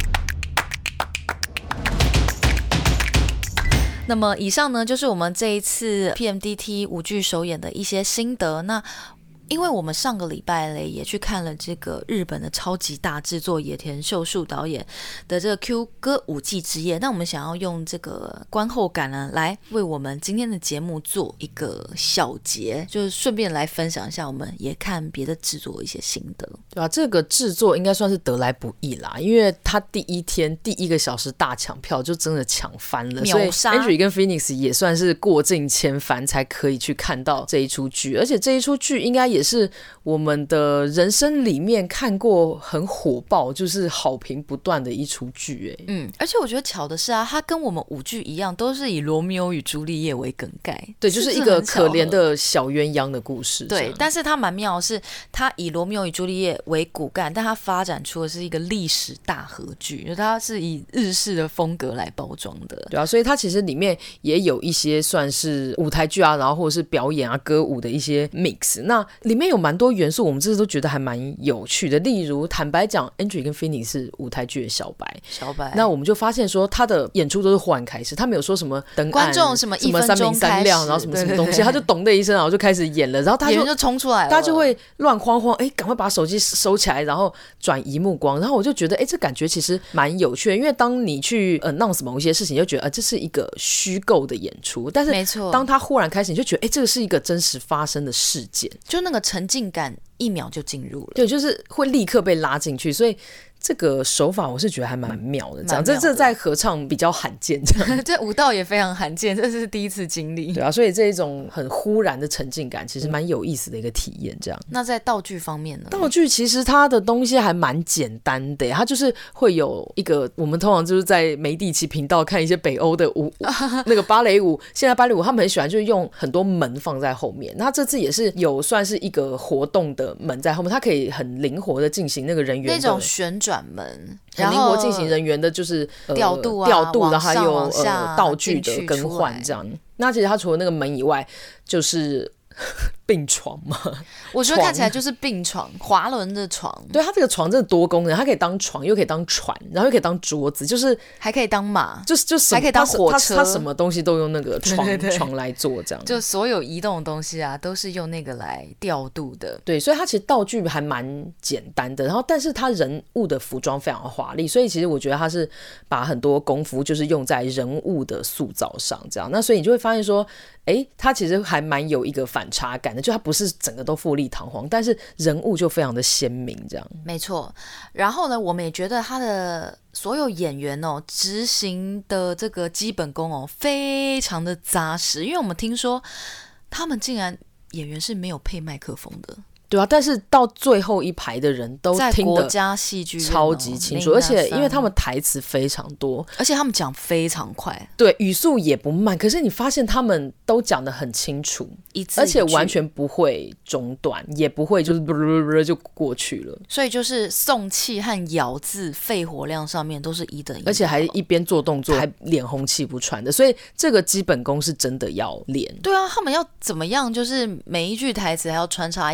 S2: 那么以上呢，就是我们这一次 P M D T 舞剧首演的一些心得。那因为我们上个礼拜嘞也去看了这个日本的超级大制作野田秀树导演的这个 Q 歌舞伎之夜，那我们想要用这个观后感呢，来为我们今天的节目做一个小结，就是顺便来分享一下我们也看别的制作一些心得。
S1: 对啊，这个制作应该算是得来不易啦，因为他第一天第一个小时大抢票就真的抢翻了，所以 Andrew 跟 Phoenix 也算是过尽千帆才可以去看到这一出剧，而且这一出剧应该也是我们的人生里面看过很火爆，就是好评不断的一出剧。哎，
S2: 嗯，而且我觉得巧的是啊，它跟我们舞剧一样，都是以罗密欧与朱丽叶为梗概，
S1: 对，就是一个可怜的小鸳鸯的故事。
S2: 对，但是它蛮妙的是，它以罗密欧与朱丽叶为骨干，但它发展出的是一个历史大合剧，就它是以日式的风格来包装的。
S1: 对啊，所以它其实里面也有一些算是舞台剧啊，然后或者是表演啊、歌舞的一些 mix。那里面有蛮多元素，我们这次都觉得还蛮有趣的。例如，坦白讲 ，Andrew 跟 Finny 是舞台剧的小白，
S2: 小白。
S1: 那我们就发现说，他的演出都是忽然开始，他没有说什么灯暗、
S2: 观众什么一分钟
S1: 三明三亮，然后什么什么东西，对对对，他就咚的一声，然后就开始演了，然后他就
S2: 演员就冲出来了，
S1: 大家就会乱慌慌，哎，赶快把手机收起来，然后转移目光。然后我就觉得，哎，这感觉其实蛮有趣的，因为当你去 announce 某一些事情，你就觉得，呃，这是一个虚构的演出，但是
S2: 没错，
S1: 当他忽然开始，你就觉得，哎，这个是一个真实发生的事件，
S2: 就那个沉浸感一秒就进入了，
S1: 对，就是会立刻被拉进去，所以这个手法我是觉得还蛮妙的，这样，这这在合唱比较罕见，这样，
S2: 这舞蹈也非常罕见，这是第一次经历，
S1: 对啊，所以这一种很忽然的沉浸感，其实蛮有意思的一个体验，这样。
S2: 那在道具方面呢？
S1: 道具其实它的东西还蛮简单的，它就是会有一个，我们通常就是在梅第奇频道看一些北欧的舞，那个芭蕾舞，现在芭蕾舞他们很喜欢就是用很多门放在后面，那这次也是有算是一个活动的门在后面，它可以很灵活的进行那个人员的
S2: 那种旋转门，
S1: 很灵活进行人员的就是
S2: 调、呃、度啊，
S1: 调度，然后还有
S2: 呃
S1: 道具的更换这样。那其实它除了那个门以外，就是病床嘛，
S2: 我觉得看起来就是病床，滑轮的床。
S1: 对，它这个床真的多功能，它可以当床，又可以当船，然后又可以当桌子，就是
S2: 还可以当马，
S1: 就是就是
S2: 还可以当火车，
S1: 它什么东西都用那个床
S2: 对对对
S1: 床来做，这样。
S2: 就所有移动的东西啊，都是用那个来调度的。
S1: 对，所以它其实道具还蛮简单的，然后但是它人物的服装非常华丽，所以其实我觉得它是把很多功夫就是用在人物的塑造上，这样。那所以你就会发现说，哎，它其实还蛮有一个反差感的，就它不是整个都富丽堂皇，但是人物就非常的鲜明，这样。
S2: 没错。然后呢，我们也觉得他的所有演员哦，执行的这个基本功哦，非常的扎实，因为我们听说他们竟然演员是没有配麦克风的。
S1: 对啊，但是到最后一排的人都听得
S2: 在国家戏剧院
S1: 超级清楚，而且因为他们台词非常多，
S2: 而且他们讲非常快，
S1: 对，语速也不慢，可是你发现他们都讲得很清楚，
S2: 一字一句，
S1: 而且完全不会中断，也不会就是啵啵啵就过去了，
S2: 所以就是送气和咬字肺活量上面都是一等一，
S1: 而且还一边做动作还脸红气不喘的，所以这个基本功是真的要练。
S2: 对啊，他们要怎么样，就是每一句台词还要穿插一些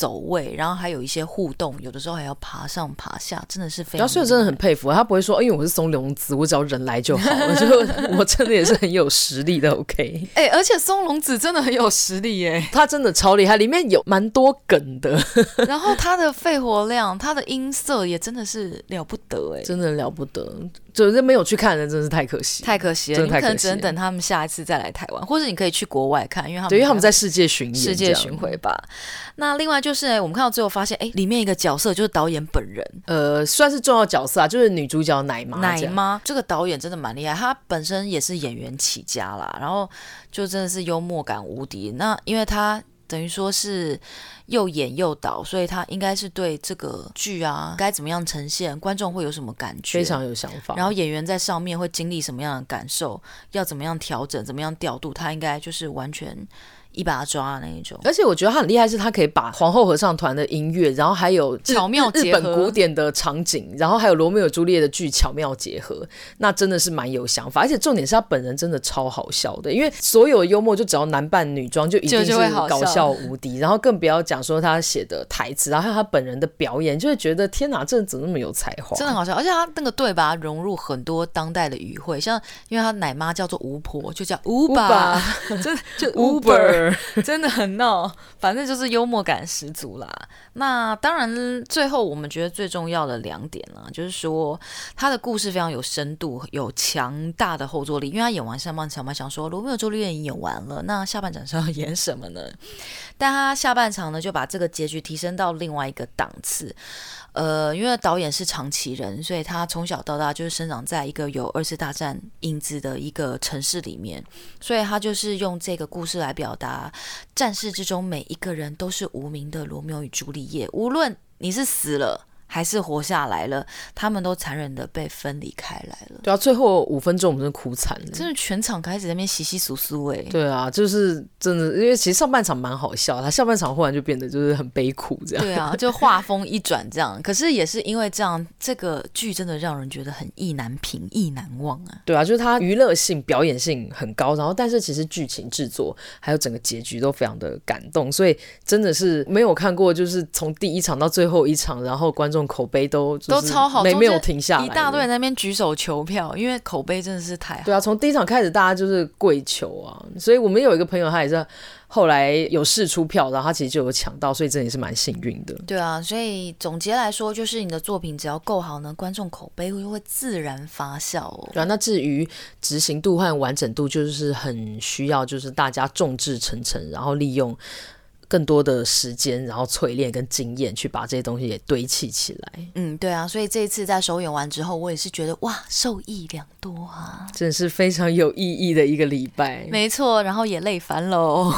S2: 走位，然后还有一些互动，有的时候还要爬上爬下，真的是非常。
S1: 所以真的很佩服他，不会说，因为我是松隆子，我只要人来就好了。就我真的也是很有实力的 ，OK。
S2: 哎、欸，而且松隆子真的很有实力耶，
S1: 他真的超厉害，里面有蛮多梗的。
S2: 然后他的肺活量，他的音色也真的是了不得哎，
S1: 真的了不得。就是没有去看的，真的是太可惜，
S2: 太可惜了。
S1: 真的太可惜了，
S2: 你可能只能等他们下一次再来台湾，或者你可以去国外看，因为他们
S1: 对，因为他们在世界巡演，
S2: 世界巡回吧。那另外就是，我们看到最后发现，哎，里面一个角色就是导演本人，
S1: 呃，算是重要角色啊，就是女主角奶妈。
S2: 奶妈这个导演真的蛮厉害，她本身也是演员起家啦，然后就真的是幽默感无敌。那因为她等于说是又演又导，所以他应该是对这个剧啊该怎么样呈现，观众会有什么感觉，
S1: 非常有想法。
S2: 然后演员在上面会经历什么样的感受，要怎么样调整，怎么样调度，他应该就是完全一把抓的那一种。
S1: 而且我觉得他很厉害，是他可以把皇后合唱团的音乐，然后还有
S2: 巧妙结合
S1: 日本古典的场景，然后还有罗密欧朱丽叶的剧巧妙结合，那真的是蛮有想法。而且重点是他本人真的超好笑的，因为所有的幽默就只要男扮女装就一定是搞笑无敌，然后更不要讲说他写的台词，然后还有他本人的表演，就会觉得天哪，这人怎么那么有才华，
S2: 真的好笑。而且他那个对白融入很多当代的语汇，像因为他奶妈叫做巫婆，就叫 Uber， 真的就 Uber。真的很闹，反正就是幽默感十足啦。那当然最后我们觉得最重要的两点啦，就是说他的故事非常有深度，有强大的后坐力。因为他演完上半场嘛，想说罗密欧朱丽叶已经演完了，那下半场是要演什么呢？但他下半场呢就把这个结局提升到另外一个档次。呃，因为导演是长崎人，所以他从小到大就是生长在一个有二次大战影子的一个城市里面，所以他就是用这个故事来表达战事之中每一个人都是无名的罗密欧与朱丽叶，无论你是死了还是活下来了，他们都残忍的被分离开来了。
S1: 对啊，最后五分钟我们真的哭惨了，
S2: 真的全场开始在那边窸窸窣窣哎。
S1: 对啊，就是真的，因为其实上半场蛮好笑，他下半场忽然就变得就是很悲苦这样。
S2: 对啊，就画风一转这样。可是也是因为这样，这个剧真的让人觉得很意难平、意难忘啊。
S1: 对啊，就是它娱乐性、表演性很高，然后但是其实剧情制作还有整个结局都非常的感动，所以真的是没有看过，就是从第一场到最后一场，然后观众口碑都
S2: 都超好，
S1: 没没有停下来，
S2: 一大堆人在那边举手求票，因为口碑真的是太好。
S1: 对啊，从第一场开始大家就是跪求啊，所以我们有一个朋友他也是后来有试出票，然后他其实就有抢到，所以真的也是蛮幸运的。
S2: 对啊，所以总结来说，就是你的作品只要够好呢，观众口碑就会自然发酵哦。
S1: 对啊，那至于执行度和完整度，就是很需要就是大家众志成城，然后利用更多的时间，然后淬炼跟经验去把这些东西也堆砌起来。
S2: 嗯，对啊，所以这一次在首演完之后，我也是觉得哇，受益良多啊，
S1: 真的是非常有意义的一个礼拜。
S2: 没错，然后也累翻喽。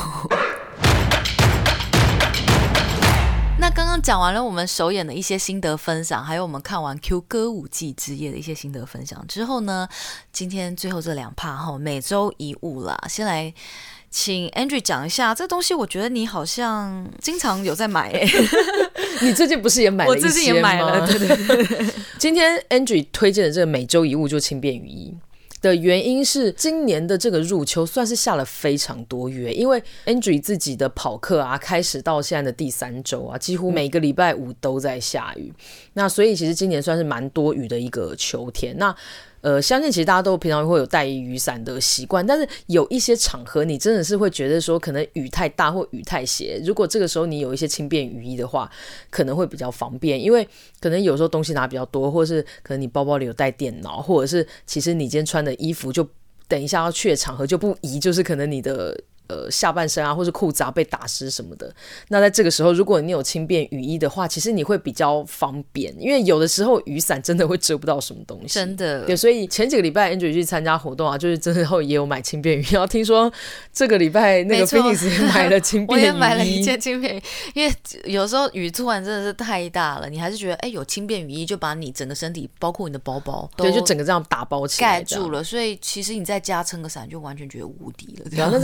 S2: 那刚刚讲完了我们首演的一些心得分享，还有我们看完 Q 歌舞伎之夜的一些心得分享之后呢，今天最后这两 part 哈，每周一物啦，先来请 Andrew 讲一下这东西。我觉得你好像经常有在买诶、欸，
S1: 你最近不是也买了一些吗？
S2: 我最近也买了，对对对。
S1: 今天 Andrew 推荐的这个每周一物就轻便雨衣的原因是，今年的这个入秋算是下了非常多雨，因为 Andrew 自己的跑课啊，开始到现在的第三周啊，几乎每个礼拜五都在下雨。那所以其实今年算是蛮多雨的一个秋天。那呃，相信其实大家都平常会有带雨伞的习惯，但是有一些场合你真的是会觉得说可能雨太大或雨太斜，如果这个时候你有一些轻便雨衣的话，可能会比较方便，因为可能有时候东西拿比较多，或者是可能你包包里有带电脑，或者是其实你今天穿的衣服就等一下要去的场合就不宜，就是可能你的呃，下半身啊，或是裤子啊被打湿什么的。那在这个时候，如果你有轻便雨衣的话，其实你会比较方便，因为有的时候雨伞真的会遮不到什么东西。
S2: 真的，
S1: 对，所以前几个礼拜 Andrew 去参加活动啊，就是真后也有买轻便雨衣。然后听说这个礼拜那个 Phoenix 也买了轻便雨衣，
S2: 我也买了一件轻便雨衣，因为有时候雨突然真的是太大了，你还是觉得哎，有轻便雨衣就把你整个身体，包括你的包包，
S1: 对，就整个这样打包起来
S2: 盖住了，所以其实你在家撑个伞就完全觉得无敌了。
S1: 然后那再加上轻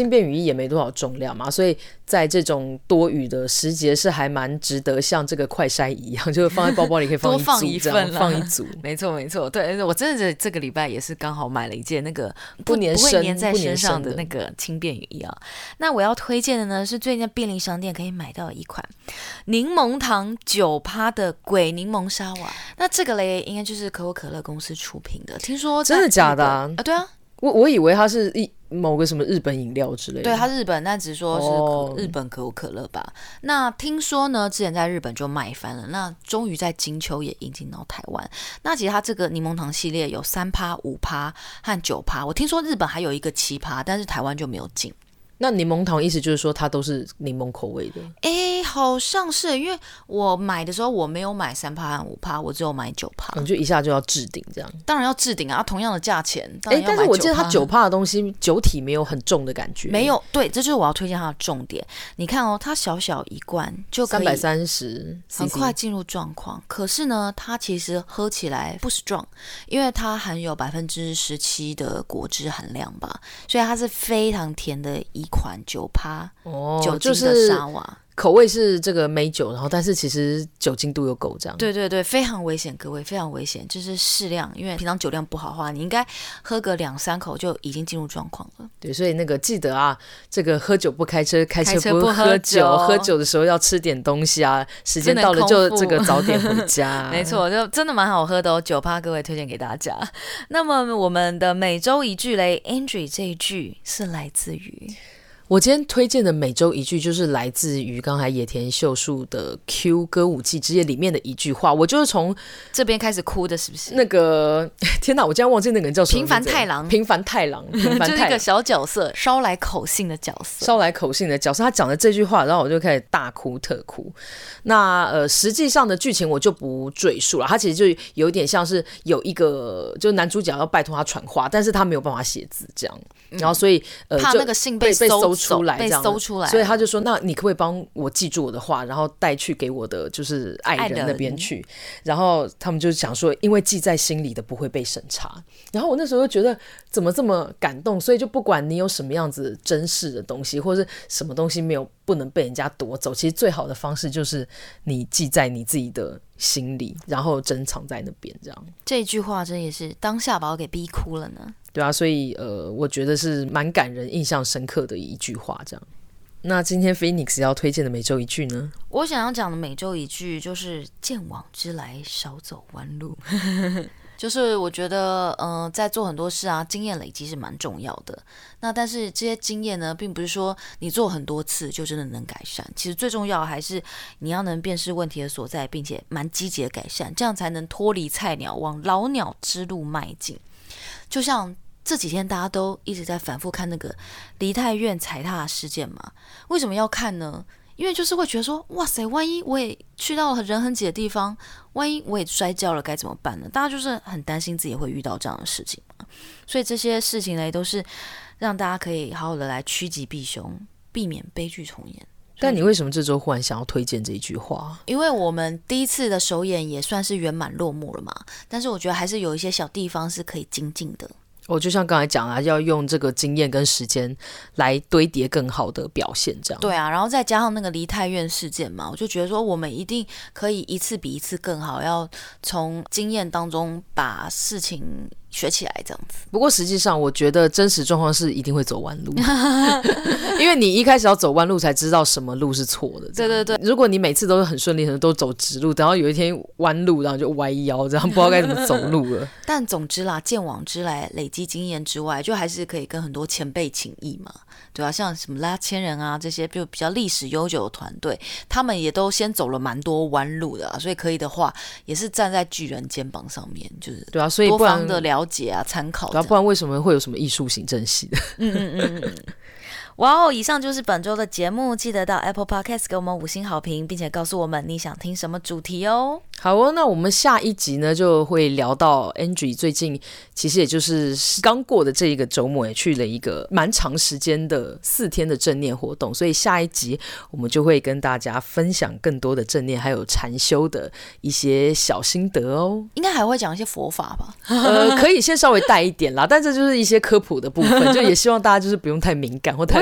S1: 轻便雨衣也没多少重量嘛，所以在这种多雨的时节是还蛮值得像这个快筛一样，就是放在包包里可以放一组，
S2: 多放一份啦，
S1: 放一组。
S2: 没错没错，对，我真的觉得这个礼拜也是刚好买了一件那个
S1: 不粘身、
S2: 不会粘在身上的那个轻便雨衣啊。那我要推荐的呢是最近在便利商店可以买到的一款柠檬糖九趴的鬼柠檬沙瓦。那这个嘞应该就是可口可乐公司出品的，听说
S1: 真的假的啊？
S2: 啊对啊。
S1: 我我以为它是一某个什么日本饮料之类的，
S2: 对，它是日本，但只是说是日本可口可乐吧。哦、那听说呢，之前在日本就卖翻了，那终于在金秋也引进到台湾。那其实它这个柠檬糖系列有三趴、五趴和九趴，我听说日本还有一个七趴，但是台湾就没有进。
S1: 那柠檬糖意思就是说它都是柠檬口味的？
S2: 哎，好像是，因为我买的时候我没有买三趴和五趴，我只有买九趴，
S1: 你就一下就要置顶这样？当
S2: 然要置顶啊，同样的价钱。
S1: 哎，但是我记得它九趴的东西酒体没有很重的感觉，
S2: 没有。对，这就是我要推荐它的重点。你看哦，它小小一罐就可以
S1: 三百三十，
S2: 很快进入状况。可是呢，它其实喝起来不 strong， 因为它含有百分之十七的果汁含量吧，所以它是非常甜的一款九趴酒精的沙瓦。就是
S1: 口味是这个美酒，然后但是其实酒精度又够这样。
S2: 对对对，非常危险，各位非常危险，就是适量，因为平常酒量不好的话，你应该喝个两三口就已经进入状况了。
S1: 对，所以那个记得啊，这个喝酒不开车，开车不喝酒，喝酒的时候要吃点东西啊，时间到了就这个早点回家。
S2: 没错，就真的蛮好喝的哦，九趴各位推荐给大家。那么我们的每周一句嘞 ，Andrew 这一句是来自于。
S1: 我今天推荐的每周一句就是来自于刚才野田秀树的 Q 歌舞伎之夜里面的一句话，我就是从
S2: 这边开始哭的，是不是？
S1: 那个天哪，我竟然忘记那个人叫什么名字。
S2: 平凡太郎，
S1: 平凡太郎，平凡太郎
S2: 就是一个小角色，捎来口信的角色，
S1: 捎来口信的角色。他讲的这句话，然后我就开始大哭特哭。那呃，实际上的剧情我就不赘述了。他其实就有点像是有一个，就男主角要拜托他传话，但是他没有办法写字这样，嗯、然后所以呃，
S2: 怕那个信被
S1: 被搜出来，
S2: 被搜出来，
S1: 所以他就说：“那你可不可以帮我记住我的话，然后带去给我的就是爱人那边去？”然后他们就想说，因为记在心里的不会被审查。然后我那时候就觉得怎么这么感动，所以就不管你有什么样子珍视的东西，或是什么东西没有不能被人家夺走，其实最好的方式就是你记在你自己的心里，然后珍藏在那边。这样
S2: 这句话真也是当下把我给逼哭了呢。
S1: 对啊，所以呃，我觉得是蛮感人、印象深刻的一句话。这样。那今天 Phoenix 要推荐的每周一句呢？
S2: 我想要讲的每周一句就是见往之来，少走弯路。就是我觉得，呃，在做很多事啊，经验累积是蛮重要的。那但是这些经验呢，并不是说你做很多次就真的能改善。其实最重要的还是你要能辨识问题的所在，并且蛮积极的改善，这样才能脱离菜鸟，往老鸟之路迈进。就像这几天大家都一直在反复看那个梨泰院踩踏事件嘛，为什么要看呢？因为就是会觉得说，哇塞，万一我也去到了人很挤的地方，万一我也摔跤了该怎么办呢？大家就是很担心自己会遇到这样的事情嘛。所以这些事情呢，都是让大家可以好好的来趋吉避凶，避免悲剧重演。
S1: 但你为什么这周忽然想要推荐这一句话？
S2: 因为我们第一次的首演也算是圆满落幕了嘛，但是我觉得还是有一些小地方是可以精进的。
S1: 我、哦、就像刚才讲啊，要用这个经验跟时间来堆叠更好的表现，这样。
S2: 对啊，然后再加上那个梨泰院事件嘛，我就觉得说我们一定可以一次比一次更好，要从经验当中把事情学起来这样子。
S1: 不过实际上我觉得真实状况是一定会走弯路因为你一开始要走弯路才知道什么路是错的。
S2: 对对对，
S1: 如果你每次都是很顺利，可能都走直路，然后有一天弯路然后就歪腰，这样不知道该怎么走路了
S2: 但总之啦，见往之来累积经验之外，就还是可以跟很多前辈请益嘛，对啊，像什么拉千人啊这些就比较历史悠久的团队，他们也都先走了蛮多弯路的、啊、所以可以的话也是站在巨人肩膀上面，就是
S1: 对啊，所以
S2: 多方的了解啊参考。
S1: 对啊，不然为什么会有什么艺术行政系的
S2: 嗯嗯嗯嗯哇哦！以上就是本周的节目，记得到 Apple Podcast 给我们五星好评，并且告诉我们你想听什么主题哦。
S1: 好哦，那我们下一集呢就会聊到 Andrew 最近其实也就是刚过的这一个周末也去了一个蛮长时间的四天的正念活动，所以下一集我们就会跟大家分享更多的正念还有禅修的一些小心得哦。
S2: 应该还会讲一些佛法吧？
S1: 呃，可以先稍微带一点啦，但这就是一些科普的部分，就也希望大家就是不用太敏感或太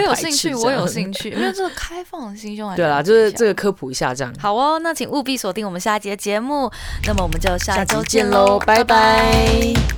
S2: 有兴趣，我有兴趣，因为这个开放的心胸还是
S1: 对啦，就是这个科普一下这样。
S2: 好哦，那请务必锁定我们下一集的节目，那么我们就下
S1: 下
S2: 周
S1: 集见
S2: 喽，
S1: 喽，拜拜。